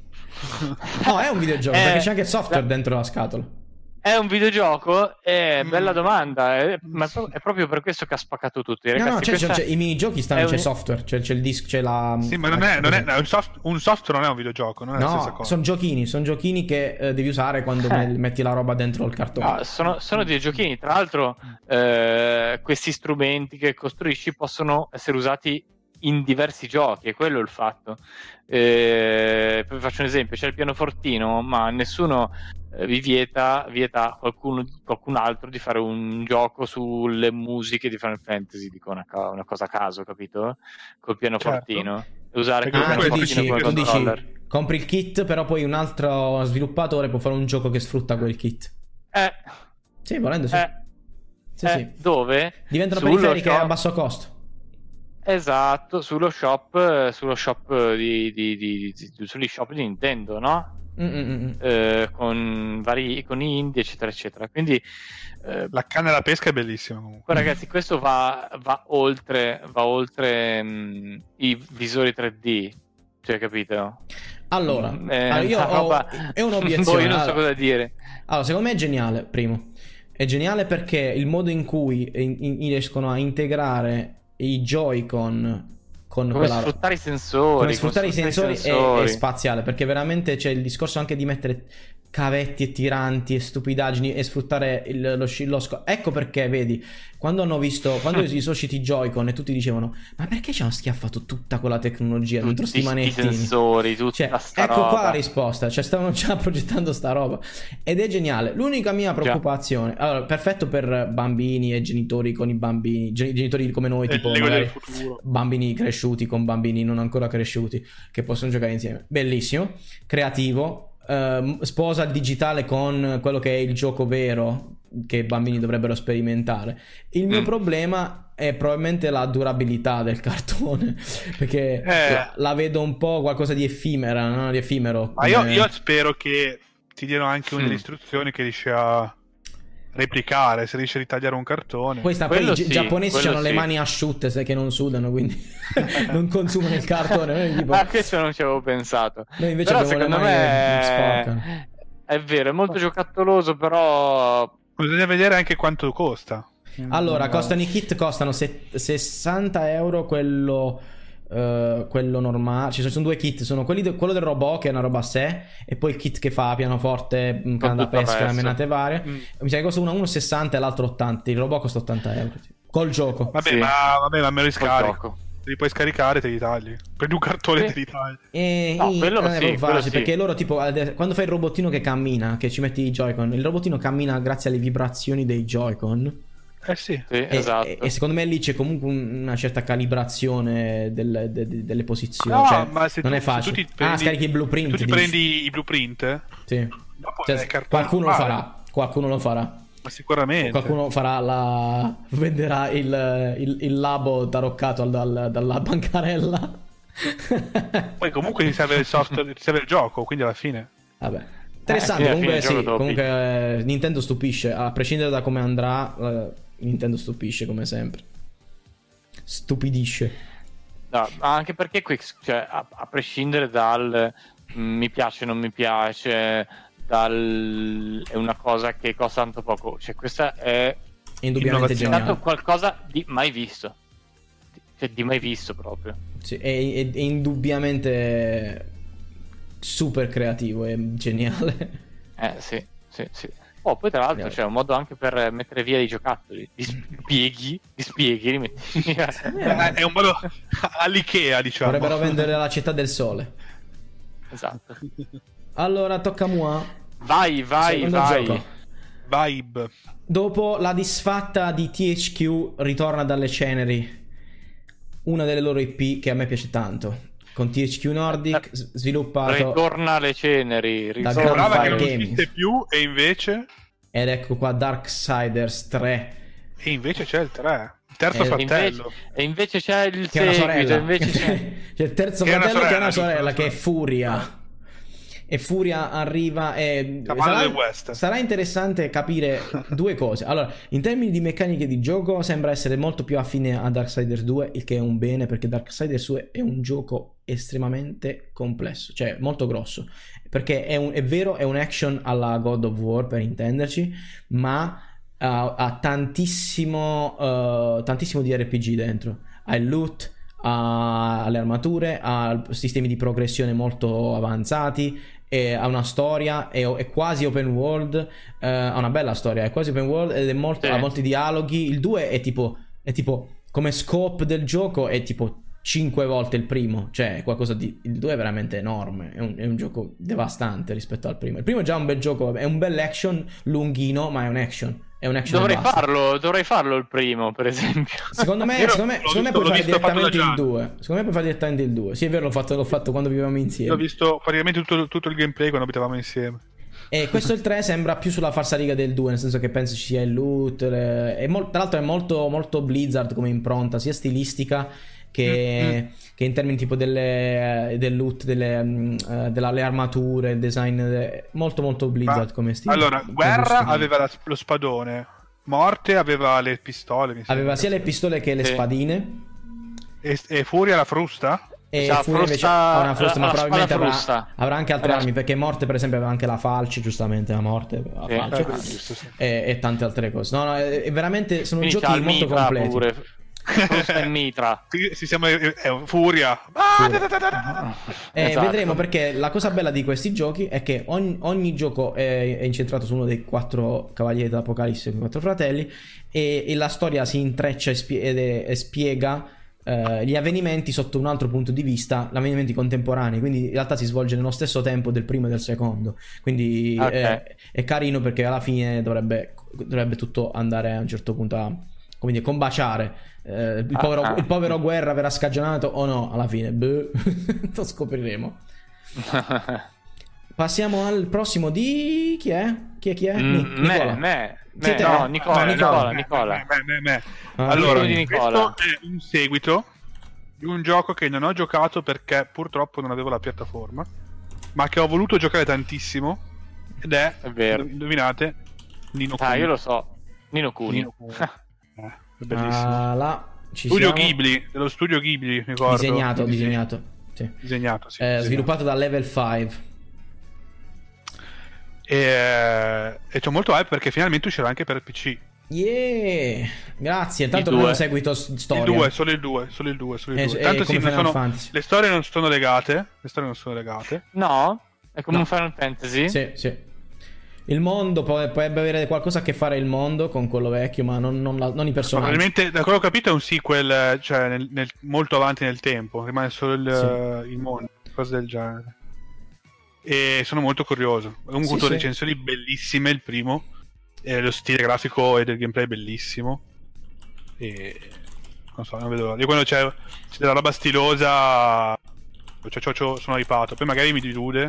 No, è un videogioco, perché c'è anche il software dentro la scatola. È un videogioco? Bella domanda. Ma è proprio per questo che ha spaccato tutto. Ragazzi, c'è, i minigiochi stanno, c'è software, c'è il disc, c'è la... Sì, ma non è un software non è un videogioco, non è la stessa cosa. Sono giochini che devi usare quando metti la roba dentro il cartone. No, sono dei giochini. Tra l'altro, questi strumenti che costruisci possono essere usati in diversi giochi, è quello il fatto. Faccio un esempio: c'è il pianofortino, ma nessuno vi vieta qualcun altro di fare un gioco sulle musiche di Final Fantasy, dico una cosa a caso, capito? Col pianofortino, certo. Usare il pianofortino come controller. Compri il kit, però poi un altro sviluppatore può fare un gioco che sfrutta quel kit. Sì, volendo sì. Sì. Dove? Diventano periferiche a basso costo. Esatto, sugli shop di Nintendo, no? Con i indie, eccetera, eccetera. Quindi la canna alla pesca è bellissima comunque. Ragazzi, questo va oltre i visori 3D, cioè, capito? Allora, io è un'obiezione. Io non so cosa dire. Allora, secondo me è geniale, primo. È geniale perché il modo in cui riescono a integrare i Joy-Con come sfruttare i sensori, è spaziale, perché veramente c'è il discorso anche di mettere cavetti e tiranti e stupidaggini e sfruttare lo oscilloscopo. Ecco perché, vedi, quando sono usciti i Joy-Con e tutti dicevano: ma perché ci hanno schiaffato tutta quella tecnologia dentro sti manettini? I sensori, tutta sta ecco roba. Qua la risposta, cioè stavano già progettando sta roba ed è geniale. L'unica mia preoccupazione, allora, perfetto per bambini e genitori con i bambini, genitori come noi, tipo magari bambini cresciuti con bambini non ancora cresciuti che possono giocare insieme. Bellissimo, creativo. Sposa il digitale con quello che è il gioco vero, che i bambini dovrebbero sperimentare. Il mio problema è probabilmente la durabilità del cartone, perché la vedo un po' qualcosa di effimera, no? Di effimero. Ma io spero che ti diano anche delle istruzioni che riesci a replicare, se riesci a ritagliare un cartone. Poi i giapponesi hanno le mani asciutte, sai, che non sudano, quindi non consumano il cartone. Tipo... questo non ci avevo pensato. Noi invece però abbiamo secondo le mani me sporcano. è vero, è molto giocattoloso, però bisogna vedere anche quanto costa. Allora, i kit costano 60 euro quello normale. Ci sono due kit, sono quello del robot, che è una roba a sé, e poi il kit che fa pianoforte, canna da pesca, menate varie. Mi sa che costa uno 60 e l'altro 80. Il robot costa 80 euro col gioco. Vabbè, sì. ma me lo riscarico. Te li puoi scaricare, te li tagli. Prendi un cartone e te li tagli. No, quello sì. Perché loro, tipo, quando fai il robottino che cammina, che ci metti i Joy-Con, il robottino cammina grazie alle vibrazioni dei Joy-Con. Sì, esatto. E secondo me lì c'è comunque una certa calibrazione delle posizioni. No, cioè, ma se non tu, è facile. Se tu prendi, scarichi i blueprint. Se tu ti prendi i blueprint, sì. Cioè, qualcuno lo farà. Qualcuno lo farà. Ma sicuramente. Qualcuno farà venderà il labo taroccato dalla bancarella. Poi comunque ti serve il software, ti serve il gioco, quindi alla fine. Vabbè. Interessante, comunque Nintendo stupisce, a prescindere da come andrà, Nintendo stupisce come sempre. Stupidisce. No, anche perché qui, cioè, a prescindere dal mi piace, non mi piace, è una cosa che costa tanto poco, cioè questa è indubbiamente geniale, qualcosa di mai visto, cioè di mai visto proprio. Sì, è indubbiamente super creativo e geniale. Sì. Oh, poi tra l'altro c'è un modo anche per mettere via dei giocattoli, di spieghi li metti via. È un modo all'Ikea, diciamo. Vorrebbero vendere la città del sole. Esatto. Allora tocca a moi. Vai. Vibe. Dopo la disfatta di THQ ritorna dalle ceneri una delle loro IP che a me piace tanto, con THQ Nordic, sviluppato, ritorna alle ceneri, sembrava che non esiste più, e invece, ed ecco qua Darksiders 3, e invece c'è il 3, il terzo fratello, e invece c'è il che seguito, invece c'è il terzo fratello che è una sorella, che è Furia. E Furia arriva e sarà interessante capire due cose. Allora, in termini di meccaniche di gioco sembra essere molto più affine a Darksiders 2, il che è un bene, perché Darksiders 2 è un gioco estremamente complesso, cioè molto grosso, perché è vero, è un action alla God of War, per intenderci, ma ha tantissimo di RPG dentro. Ha il loot, alle armature, ha sistemi di progressione molto avanzati, ha una storia, è quasi open world, ha una bella storia, è quasi open world ed ha molti dialoghi. Il 2 è tipo come scope del gioco è tipo 5 volte il primo, cioè qualcosa di... Il 2 è veramente enorme, è un gioco devastante rispetto al primo. Il primo è già un bel gioco, è un bel action lunghino, ma è un action. Dovrei farlo il primo, per esempio. Secondo me puoi fare direttamente il 2. Secondo me puoi fare direttamente il 2. Sì, è vero, l'ho fatto quando vivevamo insieme. Ho visto praticamente tutto il gameplay quando abitavamo insieme. E questo il 3 sembra più sulla falsariga del 2, nel senso che penso ci sia il loot. Tra l'altro è molto, molto Blizzard come impronta, sia stilistica che in termini tipo del loot, delle armature, il design, molto molto Blizzard come stile. Allora, Guerra aveva lo spadone, Morte aveva le pistole, aveva sia le pistole che le spadine, e Furia la frusta? E Furia invece ha una frusta, ma probabilmente avrà anche altre armi, perché Morte per esempio aveva anche la falce, giustamente la Morte aveva la falce, e tante altre cose. No, è veramente, sono quindi giochi molto completi pure. E Mitra. Siamo Furia. Esatto. Vedremo, perché la cosa bella di questi giochi è che ogni gioco è incentrato su uno dei 4 cavalieri dell'Apocalisse, i 4 fratelli, e la storia si intreccia e spiega gli avvenimenti sotto un altro punto di vista, gli avvenimenti contemporanei, quindi in realtà si svolge nello stesso tempo del primo e del secondo, quindi è carino, perché alla fine dovrebbe tutto andare a un certo punto a, come dire, combaciare. Il povero Guerra verrà scagionato o no alla fine? Lo scopriremo. Passiamo al prossimo di... Chi è Chi è? Nicola. No, Nicola. Allora, di Nicola. questo è un seguito di un gioco che non ho giocato perché purtroppo non avevo la piattaforma, ma che ho voluto giocare tantissimo, ed è vero. Indovinate, Nino Kuni. Io lo so, Nino Kuni. È bellissimo. Là, ci Studio siamo. Ghibli, dello studio Ghibli, mi ricordo. Disegnato. Sì. Disegnato, sì. Sviluppato da Level 5. E c'ho molto hype perché finalmente uscirà anche per PC. Yeah, grazie. Intanto Il non ho 2. seguito storia. Solo il 2. E Tanto come Final Fantasy. le storie non sono legate. No? È come un Final Fantasy? Sì. Il mondo potrebbe avere qualcosa a che fare il mondo con quello vecchio, ma non i personaggi. Probabilmente, da quello che ho capito, è un sequel, cioè molto avanti nel tempo. Rimane solo il mondo, cose del genere. E sono molto curioso. Comunque, ho avuto recensioni bellissime. Il primo, lo stile grafico e del gameplay è bellissimo. E non so, non vedo l'ora. Io quando c'è della roba stilosa, sono hypato. Poi magari mi delude.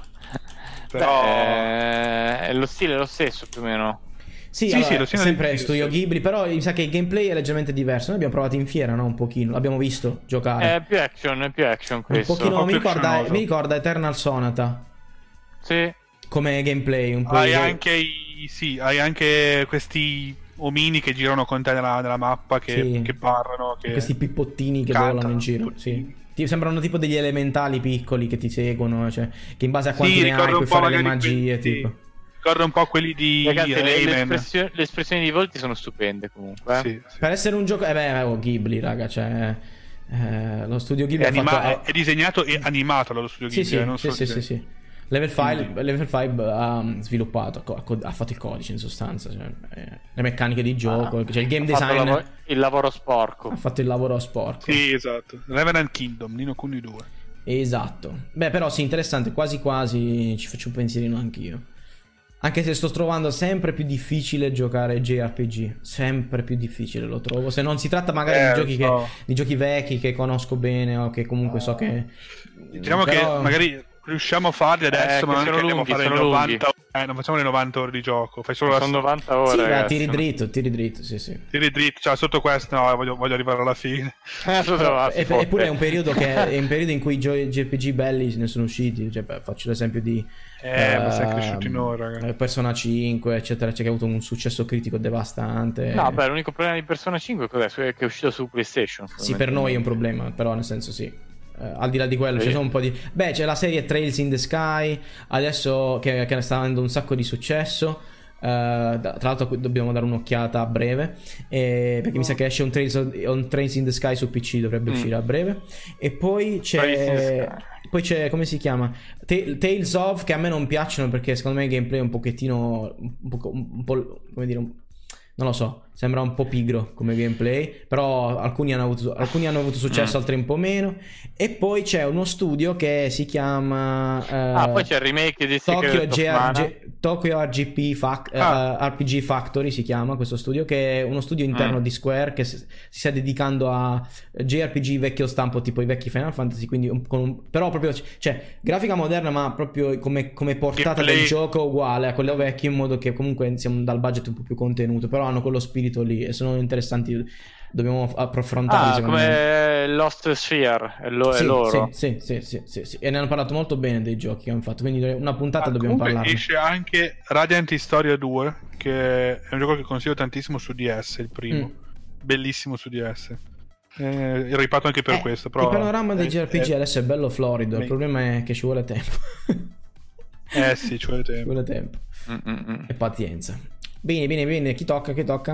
Però lo stile è lo stesso più o meno. Sì, lo sempre studio Ghibli, però mi sa che il gameplay è leggermente diverso. Noi abbiamo provato in fiera, no? Un pochino, l'abbiamo visto giocare. È più action questo. Un pochino, mi ricorda Eternal Sonata. Sì. Come gameplay, un po'. Hai anche questi omini che girano con te nella mappa, che parlano, questi pippottini che volano in giro. Sì. Ti sembrano tipo degli elementali piccoli che ti seguono, cioè che in base a quanti ne hai puoi fare le magie, tipo. Ricorda un po' quelli di Ragazzi, le espressioni di volti sono stupende comunque. Sì. Per essere un gioco Ghibli, raga, cioè lo studio Ghibli è disegnato e animato dallo studio Ghibli. Sì. Level 5 ha sviluppato, ha fatto il codice in sostanza, cioè, le meccaniche di gioco, cioè il game design. Il lavoro sporco. Ha fatto il lavoro sporco. Sì, esatto. Revenant Kingdom, Nino Kuni 2. Esatto. Beh, però sì, interessante, quasi ci faccio un pensierino anch'io. Anche se sto trovando sempre più difficile giocare JRPG, sempre più difficile lo trovo. Se non si tratta magari di giochi vecchi che conosco bene o che comunque so che... Diciamo che magari riusciamo a farli adesso, ma non andiamo a fare le 90 ore, non facciamo le 90 ore di gioco. Fai solo sono 90 ore. Sì, ragazzi, tiri dritto, sì. Tiri dritto, cioè sotto questo no, voglio arrivare alla fine. Eppure è un periodo in cui i JRPG belli ne sono usciti, cioè, faccio l'esempio di ma sei cresciuti noi, ragazzi. Persona 5, eccetera, che ha avuto un successo critico devastante. No, beh, l'unico problema di Persona 5 cos'è? Che è uscito su PlayStation. Sì, per noi è un problema, però nel senso sì. Al di là di quello, ci sono un po' di. Beh, c'è la serie Trails in the Sky adesso che sta avendo un sacco di successo. Tra l'altro, dobbiamo dare un'occhiata a breve. Perché mi sa che esce un Trails in the Sky su PC, dovrebbe uscire a breve. E poi c'è. Come si chiama? Tales of, che a me non piacciono perché secondo me il gameplay è un pochettino. Un po' come dire. Non lo so, sembra un po' pigro come gameplay, però alcuni hanno avuto successo, altri un po' meno. E poi c'è uno studio che si chiama poi c'è il remake di Tokyo RPG Factory, si chiama questo studio, che è uno studio interno di Square che si sta dedicando a JRPG vecchio stampo, tipo i vecchi Final Fantasy, quindi però proprio, cioè, grafica moderna, ma proprio come portata del gioco uguale a quello vecchio, in modo che comunque siamo dal budget un po' più contenuto, però hanno quello spirito lì e sono interessanti, dobbiamo affrontarli come Lost Sphere è loro. Sì, e ne hanno parlato molto bene dei giochi che hanno fatto, quindi una puntata dobbiamo parlarne. Esce anche Radiant Historia 2, che è un gioco che consiglio tantissimo su DS, il primo, bellissimo su DS. Riparto anche per questo, però il panorama dei JRPG adesso è bello florido, il problema è che ci vuole tempo. Sì, ci vuole tempo. E pazienza. Bene, chi tocca?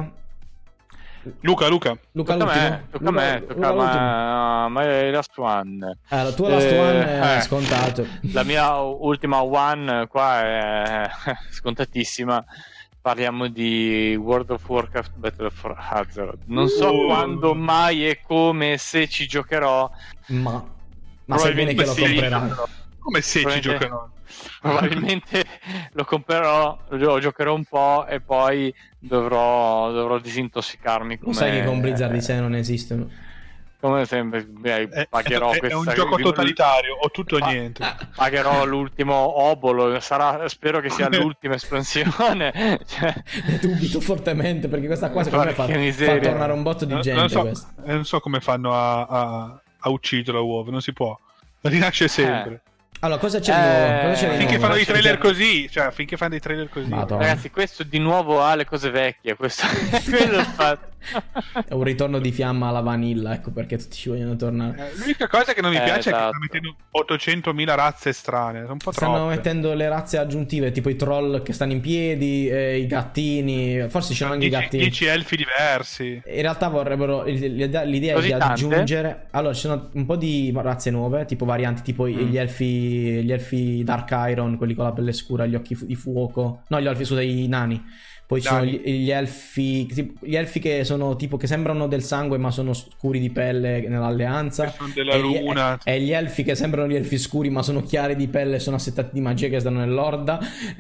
Luca. Tocca a me, ma è Last One. La tua Last One è scontato. La mia ultima One qua è scontatissima. Parliamo di World of Warcraft Battle for Azeroth. Non so quando, mai e come, se ci giocherò, ma sai bene che lo comprerai. Come se ci giocherò? Probabilmente lo comprerò, lo giocherò un po' e poi dovrò disintossicarmi. Sai che con Blizzard di sé non esistono. come sempre pagherò è un gioco totalitario, o tutto o niente. Pagherò l'ultimo obolo, spero che sia l'ultima espansione. Cioè... Dubito fortemente, perché questa qua secondo me fa tornare un botto di gente. Non so come fanno a ucciderlo WoW, non si può, rinasce sempre. Allora, cosa c'è di nuovo? Finché fanno dei trailer così, finché fanno dei trailer così. Madonna. Ragazzi, questo di nuovo ha le cose vecchie, questo quello è fatto. È un ritorno di fiamma alla vanilla, ecco perché tutti ci vogliono tornare. L'unica cosa che non mi piace è che esatto. stanno mettendo 800.000 razze strane, sono un po' troppe. Stanno mettendo le razze aggiuntive, tipo i troll che stanno in piedi, i gattini, forse c'erano anche i gattini. 10 elfi diversi. In realtà vorrebbero, l'idea è di aggiungere, allora ci sono un po' di razze nuove, tipo varianti, tipo gli elfi Dark Iron, quelli con la pelle scura, gli occhi di fuoco, no, gli elfi, scusa, i nani. Poi ci sono gli elfi che sono tipo che sembrano del sangue ma sono scuri di pelle nell'alleanza. Che sono della luna. E gli elfi che sembrano gli elfi scuri ma sono chiari di pelle e sono assettati di magia che stanno nell'orda.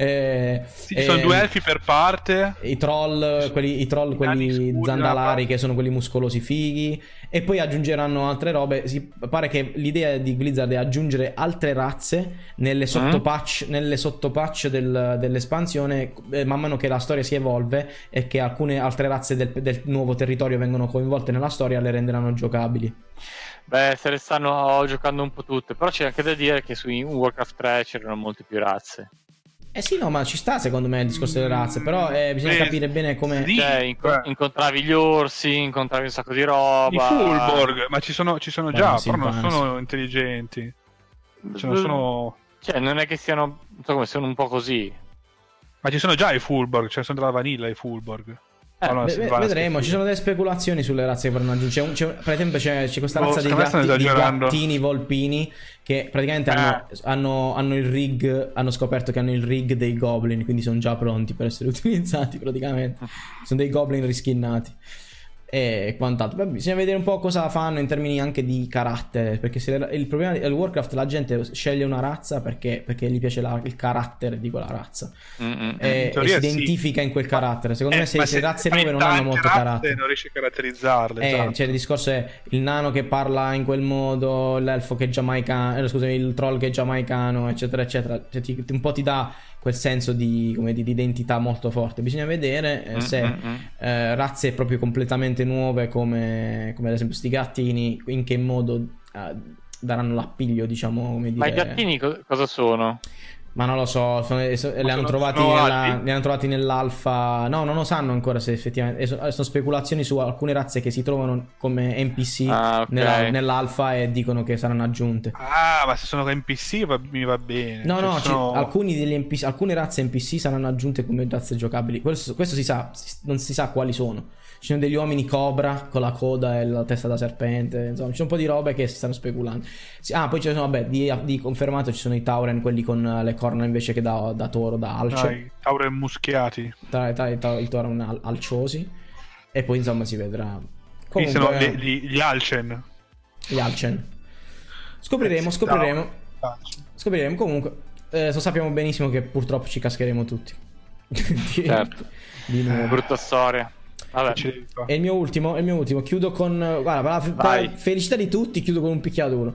Ci sono 2 elfi per parte. I troll, quelli scuri, zandalari che sono quelli muscolosi fighi. E poi aggiungeranno altre robe. Pare che l'idea di Blizzard è aggiungere altre razze nelle sottopatch dell'espansione man mano che la storia si evolve e che alcune altre razze del nuovo territorio vengono coinvolte nella storia, le renderanno giocabili. Beh, se le stanno giocando un po' tutte, però c'è anche da dire che su Warcraft 3 c'erano molte più razze. Sì, no, ma ci sta secondo me il discorso delle razze, però bisogna capire bene come... Cioè, incontravi gli orsi, incontravi un sacco di roba... I Fulborg, ma ci sono già, però non sono intelligenti. Cioè, non è che siano... non so come, sono un po' così. Ma ci sono già i Fulborg, cioè sono della vanilla i Fulborg. Vedremo, ci sono delle speculazioni sulle razze che verranno aggiunte. Per esempio c'è questa razza di gattini volpini che praticamente hanno il rig, hanno scoperto che hanno il rig dei goblin, quindi sono già pronti per essere utilizzati praticamente. Sono dei goblin riskinnati e quant'altro. Beh, bisogna vedere un po' cosa fanno in termini anche di carattere, perché se il problema del Warcraft, la gente sceglie una razza perché gli piace il carattere di quella razza e si identifica in quel carattere. Secondo me se razze nuove non hanno molto carattere, non riesci a caratterizzarle, esatto. Cioè il discorso è il nano che parla in quel modo, l'elfo che è giamaicano, scusami, il troll che è giamaicano, eccetera eccetera, cioè un po' ti dà quel senso di identità molto forte. Bisogna vedere se razze proprio completamente nuove come ad esempio sti gattini, in che modo daranno l'appiglio, diciamo, come dire. Ma i gattini cosa sono? Ma non lo so, li hanno trovati nell'alfa. No, non lo sanno ancora se effettivamente. Sono speculazioni su alcune razze che si trovano come NPC nell'alfa e dicono che saranno aggiunte. Ma se sono NPC mi va bene. No, alcuni degli NPC, alcune razze NPC saranno aggiunte come razze giocabili. Questo si sa, non si sa quali sono. Ci sono degli uomini cobra con la coda e la testa da serpente, insomma, ci sono un po' di robe che si stanno speculando. Poi ci sono, di confermato ci sono i Tauren, quelli con le corna invece che da toro, da alce. I Tauren muschiati. I Tauren alciosi. E poi insomma si vedrà. Comunque, sono gli Alcen. Gli Alcen. Scopriremo. Comunque, sappiamo benissimo che purtroppo ci cascheremo tutti. Certo. Di nuovo. Brutta storia. Vabbè. È il mio ultimo. Chiudo con, guarda, per la felicità di tutti, chiudo con un picchiaduro.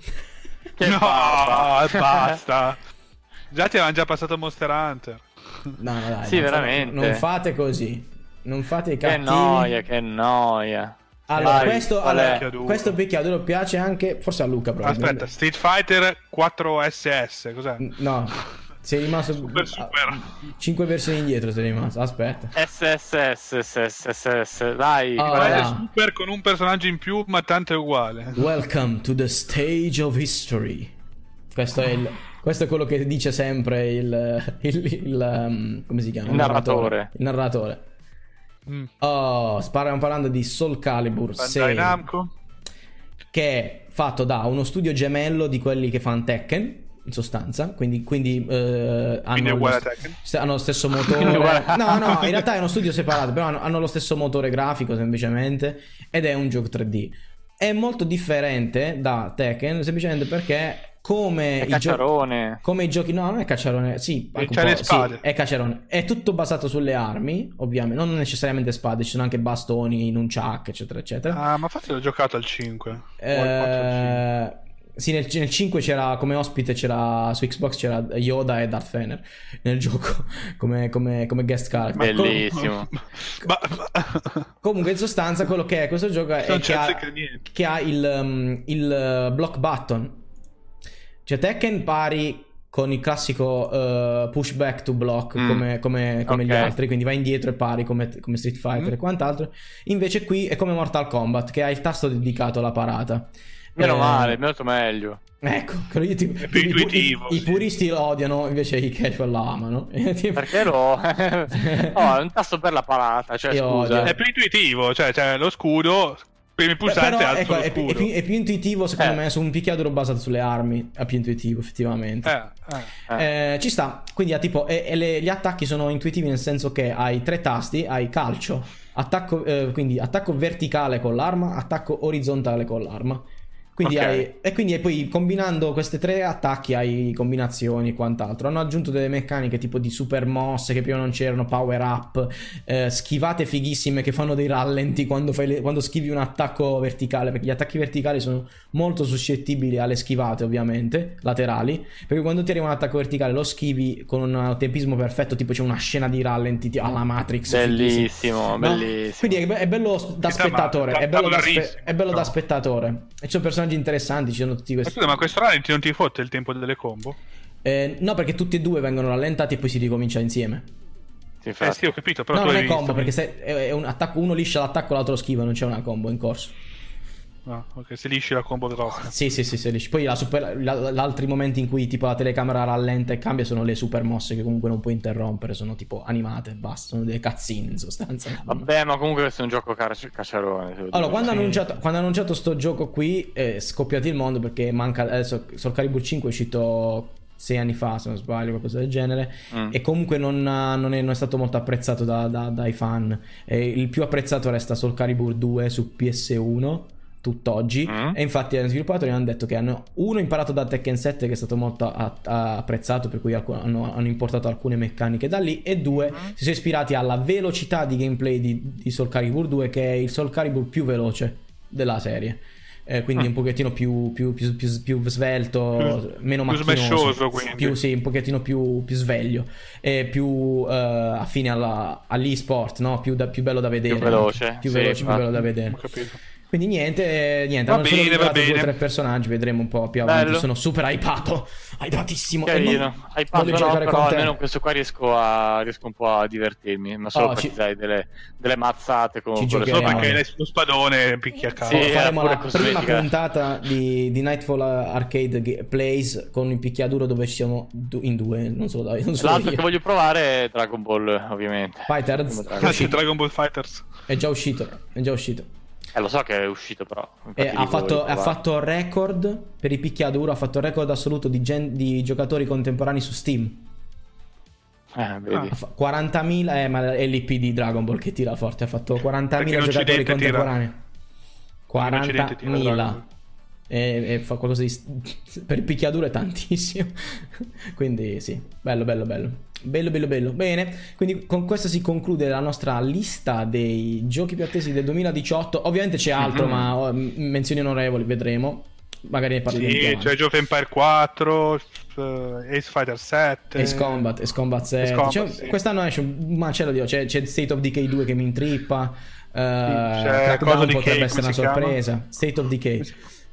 Basta. Già ti avevano già passato Monster Hunter. No, dai. Sì, veramente. Non fate così. Non fate i cattivi. Che noia. Allora, questo picchiaduro piace anche forse a Luca. Aspetta, Street Fighter 4 SS, cos'è? No. Sei rimasto super. 5 versioni indietro, sei rimasto. Aspetta. SSS, dai. Super con un personaggio in più, ma tanto è uguale. Welcome to the stage of history. Questo è quello che dice sempre il come si chiama? Il narratore. Il narratore. Stiamo parlando di Soul Calibur 6, che è fatto da uno studio gemello di quelli che fanno Tekken, in sostanza, quindi hanno lo stesso motore. No, in realtà è uno studio separato, però hanno lo stesso motore grafico semplicemente, ed è un gioco 3D. È molto differente da Tekken semplicemente perché come È cacciarone. come i giochi, no, non è cacciarone, sì, anche c'ha un le po', spade. sì, è cacciarone. È tutto basato sulle armi, ovviamente, non necessariamente spade, ci sono anche bastoni, nunchuck, eccetera, eccetera. Ah, ma forse l'ho giocato al 5. O al 4 Sì, nel 5 c'era come ospite, c'era su Xbox c'era Yoda e Darth Vader nel gioco come guest character. Bellissimo. Comunque in sostanza quello che è questo gioco è che ha il block button. Cioè Tekken pari con il classico push back to block come gli altri, quindi vai indietro e pari come Street Fighter e quant'altro. Invece qui è come Mortal Kombat, che ha il tasto dedicato alla parata. Meno male, molto meglio. Ecco, è più intuitivo. I puristi lo odiano, invece i casual lo amano. Perché no? È un tasto per la parata, cioè scusa. È più intuitivo, cioè lo scudo, premi pulsante, però, alzo lo è scudo. più intuitivo secondo me su un picchiaduro basato sulle armi, è più intuitivo effettivamente. Ci sta, quindi gli attacchi sono intuitivi nel senso che hai 3 tasti, hai calcio, quindi attacco verticale con l'arma, attacco orizzontale con l'arma. Quindi poi combinando questi 3 attacchi hai combinazioni e quant'altro. Hanno aggiunto delle meccaniche tipo di super mosse che prima non c'erano, power up, schivate fighissime che fanno dei rallenti quando schivi un attacco verticale, perché gli attacchi verticali sono molto suscettibili alle schivate, ovviamente laterali, perché quando ti arriva un attacco verticale lo schivi con un tempismo perfetto, tipo c'è una scena di rallenti alla Matrix, bellissimo, bellissimo. No? Quindi è bello da spettatore, è bello da spettatore, e ci sono personaggi interessanti, ci sono tutti questi. Ma questo rallenti non ti fotte il tempo delle combo? No, perché tutti e due vengono rallentati e poi si ricomincia insieme. Sì, ho capito, però no, non è combo, perché se è un attacco, uno liscia l'attacco, l'altro lo schiva, non c'è una combo in corso. Ah, ok, se lisci la combo grossa. Sì, se lisci. Poi l'altri momenti in cui tipo la telecamera rallenta e cambia sono le super mosse che comunque non puoi interrompere, sono tipo animate, basta, sono delle cutscene in sostanza. Vabbè, ma comunque questo è un gioco cacciarone. Allora, quando hanno annunciato sto gioco qui, scoppiati il mondo, perché manca adesso. Soul Calibur 5 è uscito 6 anni fa, se non sbaglio, qualcosa del genere, e comunque non è stato molto apprezzato dai fan. Il più apprezzato resta Soul Calibur 2 su PS1 tutt'oggi, e infatti gli sviluppatori hanno detto che hanno imparato da Tekken 7, che è stato molto apprezzato, per cui hanno importato alcune meccaniche da lì, e 2 si sono ispirati alla velocità di gameplay di Soul Calibur 2, che è il Soul Calibur più veloce della serie. Quindi un pochettino più svelto, meno macchinoso, quindi. Un pochettino più sveglio, e più affine all'e-sport, no? Più bello da vedere, più veloce, più bello da vedere. Quindi niente, hanno solo liberato 2 o 3 personaggi, vedremo un po' più avanti. Sono super hypatissimo. Carino, però almeno questo qua riesco un po' a divertirmi, ma solo perché sai delle mazzate con solo perché lo spadone picchia a caso. Faremo la prima puntata di Nightfall Arcade Plays con il picchiaduro, dove ci siamo in 2, non solo Davide. L'altro che voglio provare è Dragon Ball, ovviamente. Fighters. Dragon Ball Fighters è già uscito. Lo so che è uscito, però ha fatto record per i picchiaduro, ha fatto record assoluto di giocatori contemporanei su Steam. Vedi. 40.000, ma è l'IP di Dragon Ball che tira forte, ha fatto 40.000 giocatori contemporanei. 40.000. E fa qualcosa di per il picchiaduro è tantissimo. Quindi sì, bello. Bene, quindi con questo si conclude la nostra lista dei giochi più attesi del 2018. Ovviamente c'è altro, ma menzioni onorevoli vedremo. Magari ne parliamo. Sì, c'è Age of Empire 4, Ace Fighter 7, Ace Combat 7. Quest'anno esce un macello di c'è State of Decay 2 che mi intrippa. Crackdown potrebbe essere una sorpresa. State of Decay.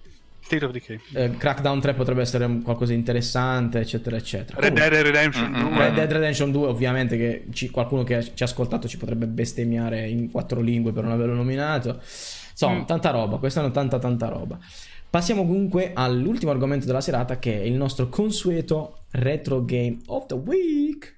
Crackdown 3 potrebbe essere qualcosa di interessante, eccetera. Red Dead Redemption 2 ovviamente, che qualcuno che ci ha ascoltato ci potrebbe bestemmiare in 4 lingue per non averlo nominato. Insomma, tanta roba, quest'anno tanta roba. Passiamo comunque all'ultimo argomento della serata, che è il nostro consueto Retro Game of the Week.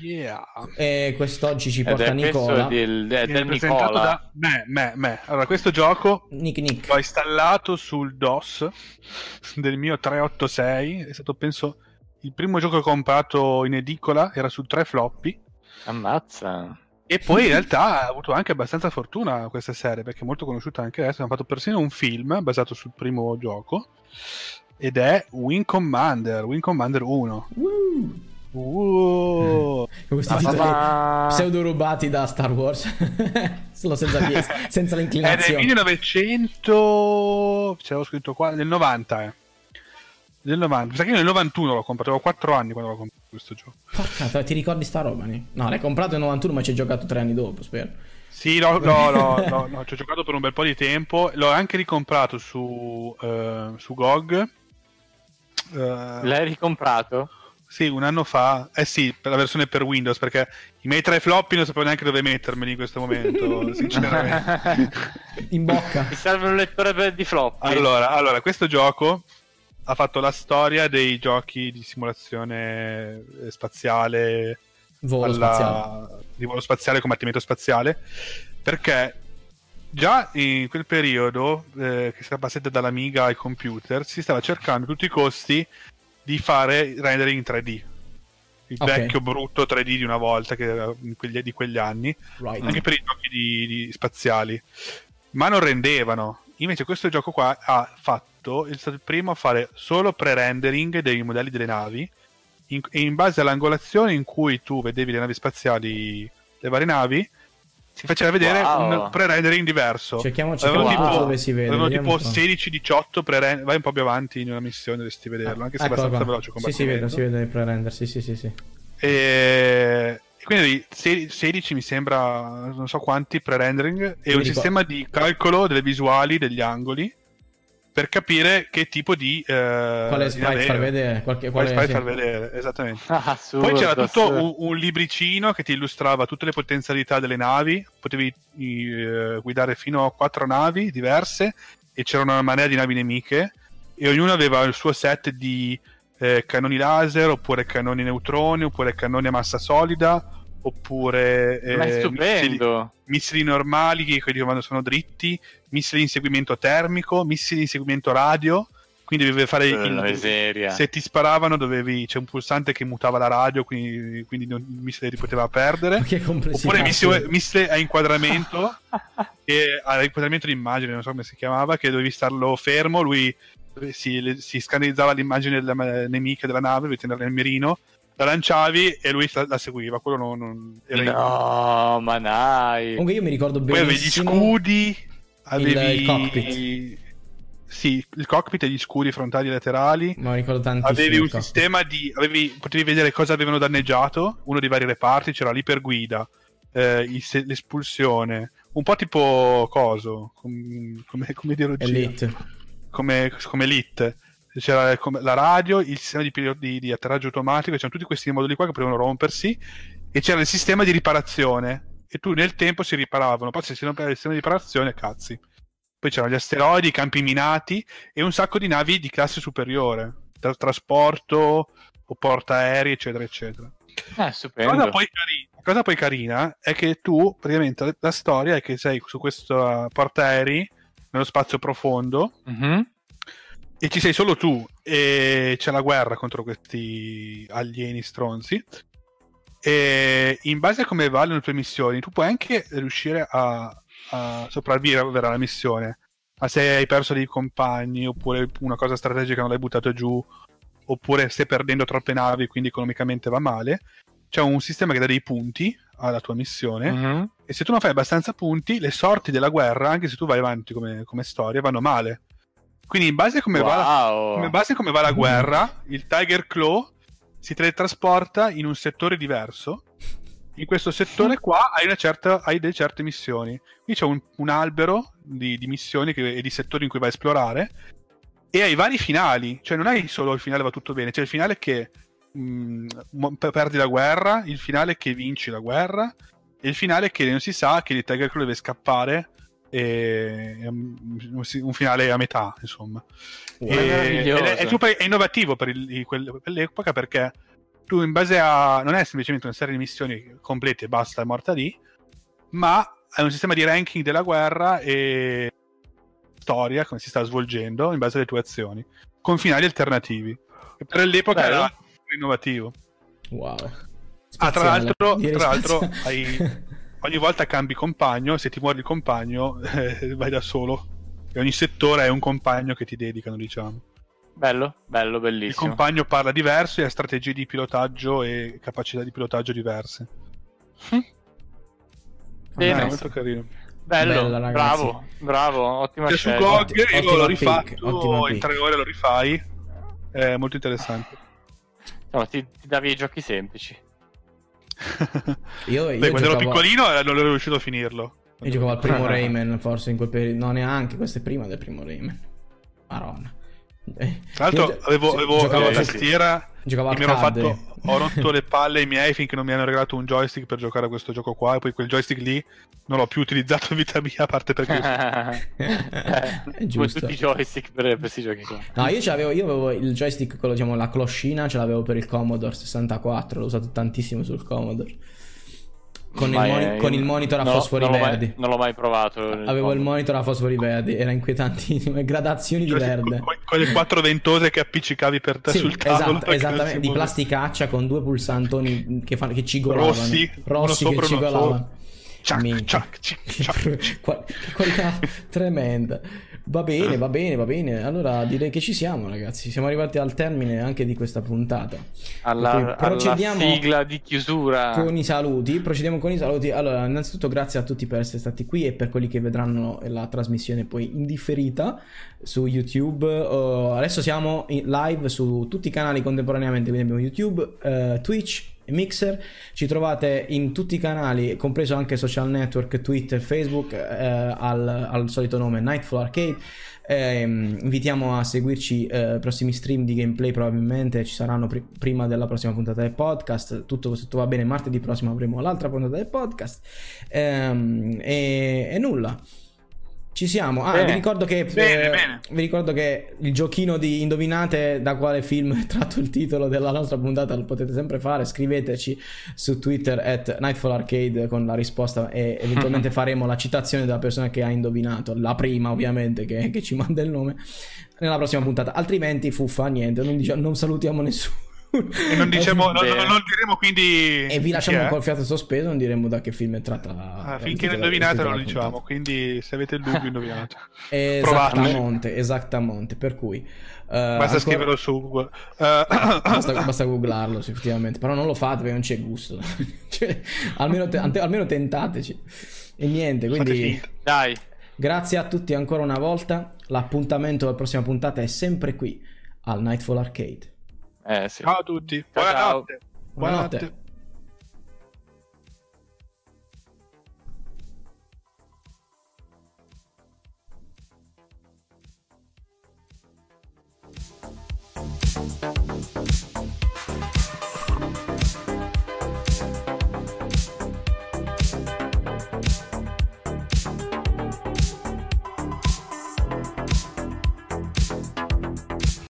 E quest'oggi ci porta Nicola. Del Nicola. Da Allora, questo gioco Nick l'ho installato sul DOS del mio 386. È stato, penso, il primo gioco che ho comprato in edicola. Era su 3 floppy. Ammazza. E poi in realtà ha avuto anche abbastanza fortuna questa serie, perché è molto conosciuta anche adesso. Hanno fatto persino un film basato sul primo gioco. ed è Wing Commander 1. Questi titoli pseudo rubati da Star Wars. Solo senza l'inclinazione. È del 1900, c'avevo scritto qua, del 90 del 90. Mi sa che io nel 91 l'ho comprato, avevo 4 anni quando l'ho comprato questo gioco. Porca, ti ricordi sta roba? No, l'hai comprato nel 91 ma ci hai giocato 3 anni dopo, spero. Sì, no, ci ho giocato per un bel po' di tempo. L'ho anche ricomprato su GOG. L'hai ricomprato? Sì, un anno fa. Sì, per la versione per Windows, perché i miei 3 floppy non sapevo neanche dove mettermeli in questo momento, sinceramente. In bocca. Mi serve un lettore di floppy. Allora, questo gioco ha fatto la storia dei giochi di simulazione spaziale, di volo spaziale, combattimento spaziale, perché già in quel periodo che si era passata dall'Amiga ai computer, si stava cercando a tutti i costi di fare rendering in 3D, il vecchio brutto 3D di una volta che era di quegli anni, anche per i giochi di spaziali, ma non rendevano. Invece questo gioco qua è stato il primo a fare solo pre-rendering dei modelli delle navi, e in base all'angolazione in cui tu vedevi le navi spaziali, le varie navi, si faceva vedere un pre-rendering diverso. Cerchiamoci dove si vede. Avevano tipo 16-18 pre-rendering. Vai un po' più avanti in una missione, dovresti vederlo, anche se è abbastanza veloce. Sì, si vede il pre-render, sì. E quindi 16 mi sembra, non so quanti pre-rendering, e un sistema di calcolo delle visuali, degli angoli, per capire che tipo di quale sprite far vedere, quale sprite far vedere, esattamente. Assurdo, poi c'era tutto un libricino che ti illustrava tutte le potenzialità delle navi, potevi guidare fino a 4 navi diverse, e c'era una marea di navi nemiche, e ognuno aveva il suo set di cannoni laser, oppure cannoni neutroni, oppure cannoni a massa solida, oppure missili normali che quando sono dritti, missili in seguimento termico, missili in seguimento radio, quindi dovevi fare se ti sparavano c'è un pulsante che mutava la radio, quindi il missile ti poteva perdere, oppure missile a inquadramento inquadramento di immagine, non so come si chiamava, che dovevi starlo fermo, lui si scannerizzava l'immagine della nemica della nave, dovevi tenerla nel mirino, la lanciavi e lui la seguiva. Quello non era ma dai. Comunque io mi ricordo benissimo. Poi avevi gli scudi, avevi il cockpit. Sì, il cockpit e gli scudi frontali e laterali. Ma ricordo tantissimo. Avevi un sistema potevi vedere cosa avevano danneggiato, uno dei vari reparti, c'era l'iperguida, l'espulsione, un po' tipo come dire Elite. Come Elite. C'era la radio, il sistema di atterraggio automatico, c'erano tutti questi moduli qua che potevano rompersi, e c'era il sistema di riparazione, e tu nel tempo si riparavano. Poi se si rompeva il sistema di riparazione, cazzi. Poi c'erano gli asteroidi, i campi minati e un sacco di navi di classe superiore, trasporto o portaerei, eccetera eccetera. Stupendo. La cosa poi carina è che tu, praticamente la storia è che sei su questo portaerei nello spazio profondo, e ci sei solo tu, e c'è la guerra contro questi alieni stronzi, e in base a come vanno le tue missioni tu puoi anche riuscire a sopravvivere alla missione, ma se hai perso dei compagni, oppure una cosa strategica non l'hai buttato giù, oppure stai perdendo troppe navi, quindi economicamente va male, c'è un sistema che dà dei punti alla tua missione, e se tu non fai abbastanza punti, le sorti della guerra, anche se tu vai avanti come storia, vanno male. Quindi in base a come va la guerra, il Tiger Claw si teletrasporta in un settore diverso. In questo settore qua hai delle certe missioni. Qui c'è un albero di missioni e di settori in cui vai a esplorare, e hai vari finali. Cioè non hai solo il finale va tutto bene, c'è il finale che perdi la guerra, il finale che vinci la guerra, e il finale che non si sa, che il Tiger Claw deve scappare, e un finale a metà, insomma. È innovativo per l'epoca, perché tu in base non è semplicemente una serie di missioni complete e basta, è morta lì, ma è un sistema di ranking della guerra e storia, come si sta svolgendo in base alle tue azioni, con finali alternativi, e per l'epoca era innovativo. Wow. Tra l'altro ogni volta cambi compagno, se ti muori il compagno vai da solo, e ogni settore hai un compagno che ti dedicano, diciamo. Bello, Il bellissimo. compagno parla diverso e ha strategie di pilotaggio e capacità di pilotaggio diverse. Bene. Molto carino. Bello, Bella, ragazzi. bravo, ottima Cioè, su scelta. GOG io ottima l'ho pick, rifatto ottima in pick. 3 ore, lo rifai. È molto interessante. Insomma, ti davi i giochi semplici. Io Beh, quando ero giocavo- piccolino non ero riuscito a finirlo. Io giocavo al primo Rayman, forse in quel periodo. No, neanche, questo è prima del primo Rayman. Maronna. Tra l'altro Io avevo giocavo la al- tastiera giocavo e mi ero arcade. fatto, ho rotto le palle ai miei finché non mi hanno regalato un joystick per giocare a questo gioco qua, e poi quel joystick lì non l'ho più utilizzato in vita mia, a parte perché È Come giusto. tutti i joystick per questi giochi qua. No, io avevo il joystick, quello, diciamo, la closcina, ce l'avevo per il Commodore 64, l'ho usato tantissimo sul Commodore. Con il monitor a fosfori verdi. Non l'ho mai provato. Avevo il monitor a fosfori verdi, era inquietantissime gradazioni di verde. con le 4 ventose che appiccicavi per te Sì, sul tavolo. esatto, esattamente, di plasticaccia con 2 pulsantoni che cigolavano. Rossi, uno Rossi sopra che e uno cigolavano. Ciac, Minchia. ciac, ciac, ciac. Che qualità tremenda. Va bene. Allora direi che ci siamo, ragazzi. Siamo arrivati al termine anche di questa puntata. Alla sigla di chiusura. Con i saluti. Procediamo con i saluti. Allora, innanzitutto grazie a tutti per essere stati qui e per quelli che vedranno la trasmissione poi in differita su YouTube. Adesso siamo in live su tutti i canali contemporaneamente, quindi abbiamo YouTube, Twitch, Mixer. Ci trovate in tutti i canali, compreso anche social network, Twitter, Facebook, al solito nome Nightfall Arcade. Invitiamo a seguirci prossimi stream di gameplay, probabilmente ci saranno prima della prossima puntata del podcast. Se tutto va bene, martedì prossimo avremo l'altra puntata del podcast. E nulla, ci siamo. Bene. Vi ricordo che Bene. vi ricordo che il giochino di indovinate da quale film è tratto il titolo della nostra puntata lo potete sempre fare. Scriveteci su Twitter @nightfallarcade con la risposta e eventualmente faremo la citazione della persona che ha indovinato, la prima ovviamente che ci manda il nome, nella prossima puntata. Altrimenti fuffa, niente, non salutiamo nessuno. E non diremo quindi. E vi lasciamo col fiato sospeso, non diremo da che film è tratta finché non indovinate non lo diciamo, quindi se avete il dubbio indovinate. Esattamente, per cui basta scriverlo su Google. basta googlarlo, sì, effettivamente, però non lo fate perché non c'è gusto. Cioè, almeno tentateci. E niente, quindi dai, grazie a tutti ancora una volta. L'appuntamento alla prossima puntata è sempre qui al Nightfall Arcade. sì. Ciao a tutti, Ciao. buonanotte. Buonanotte.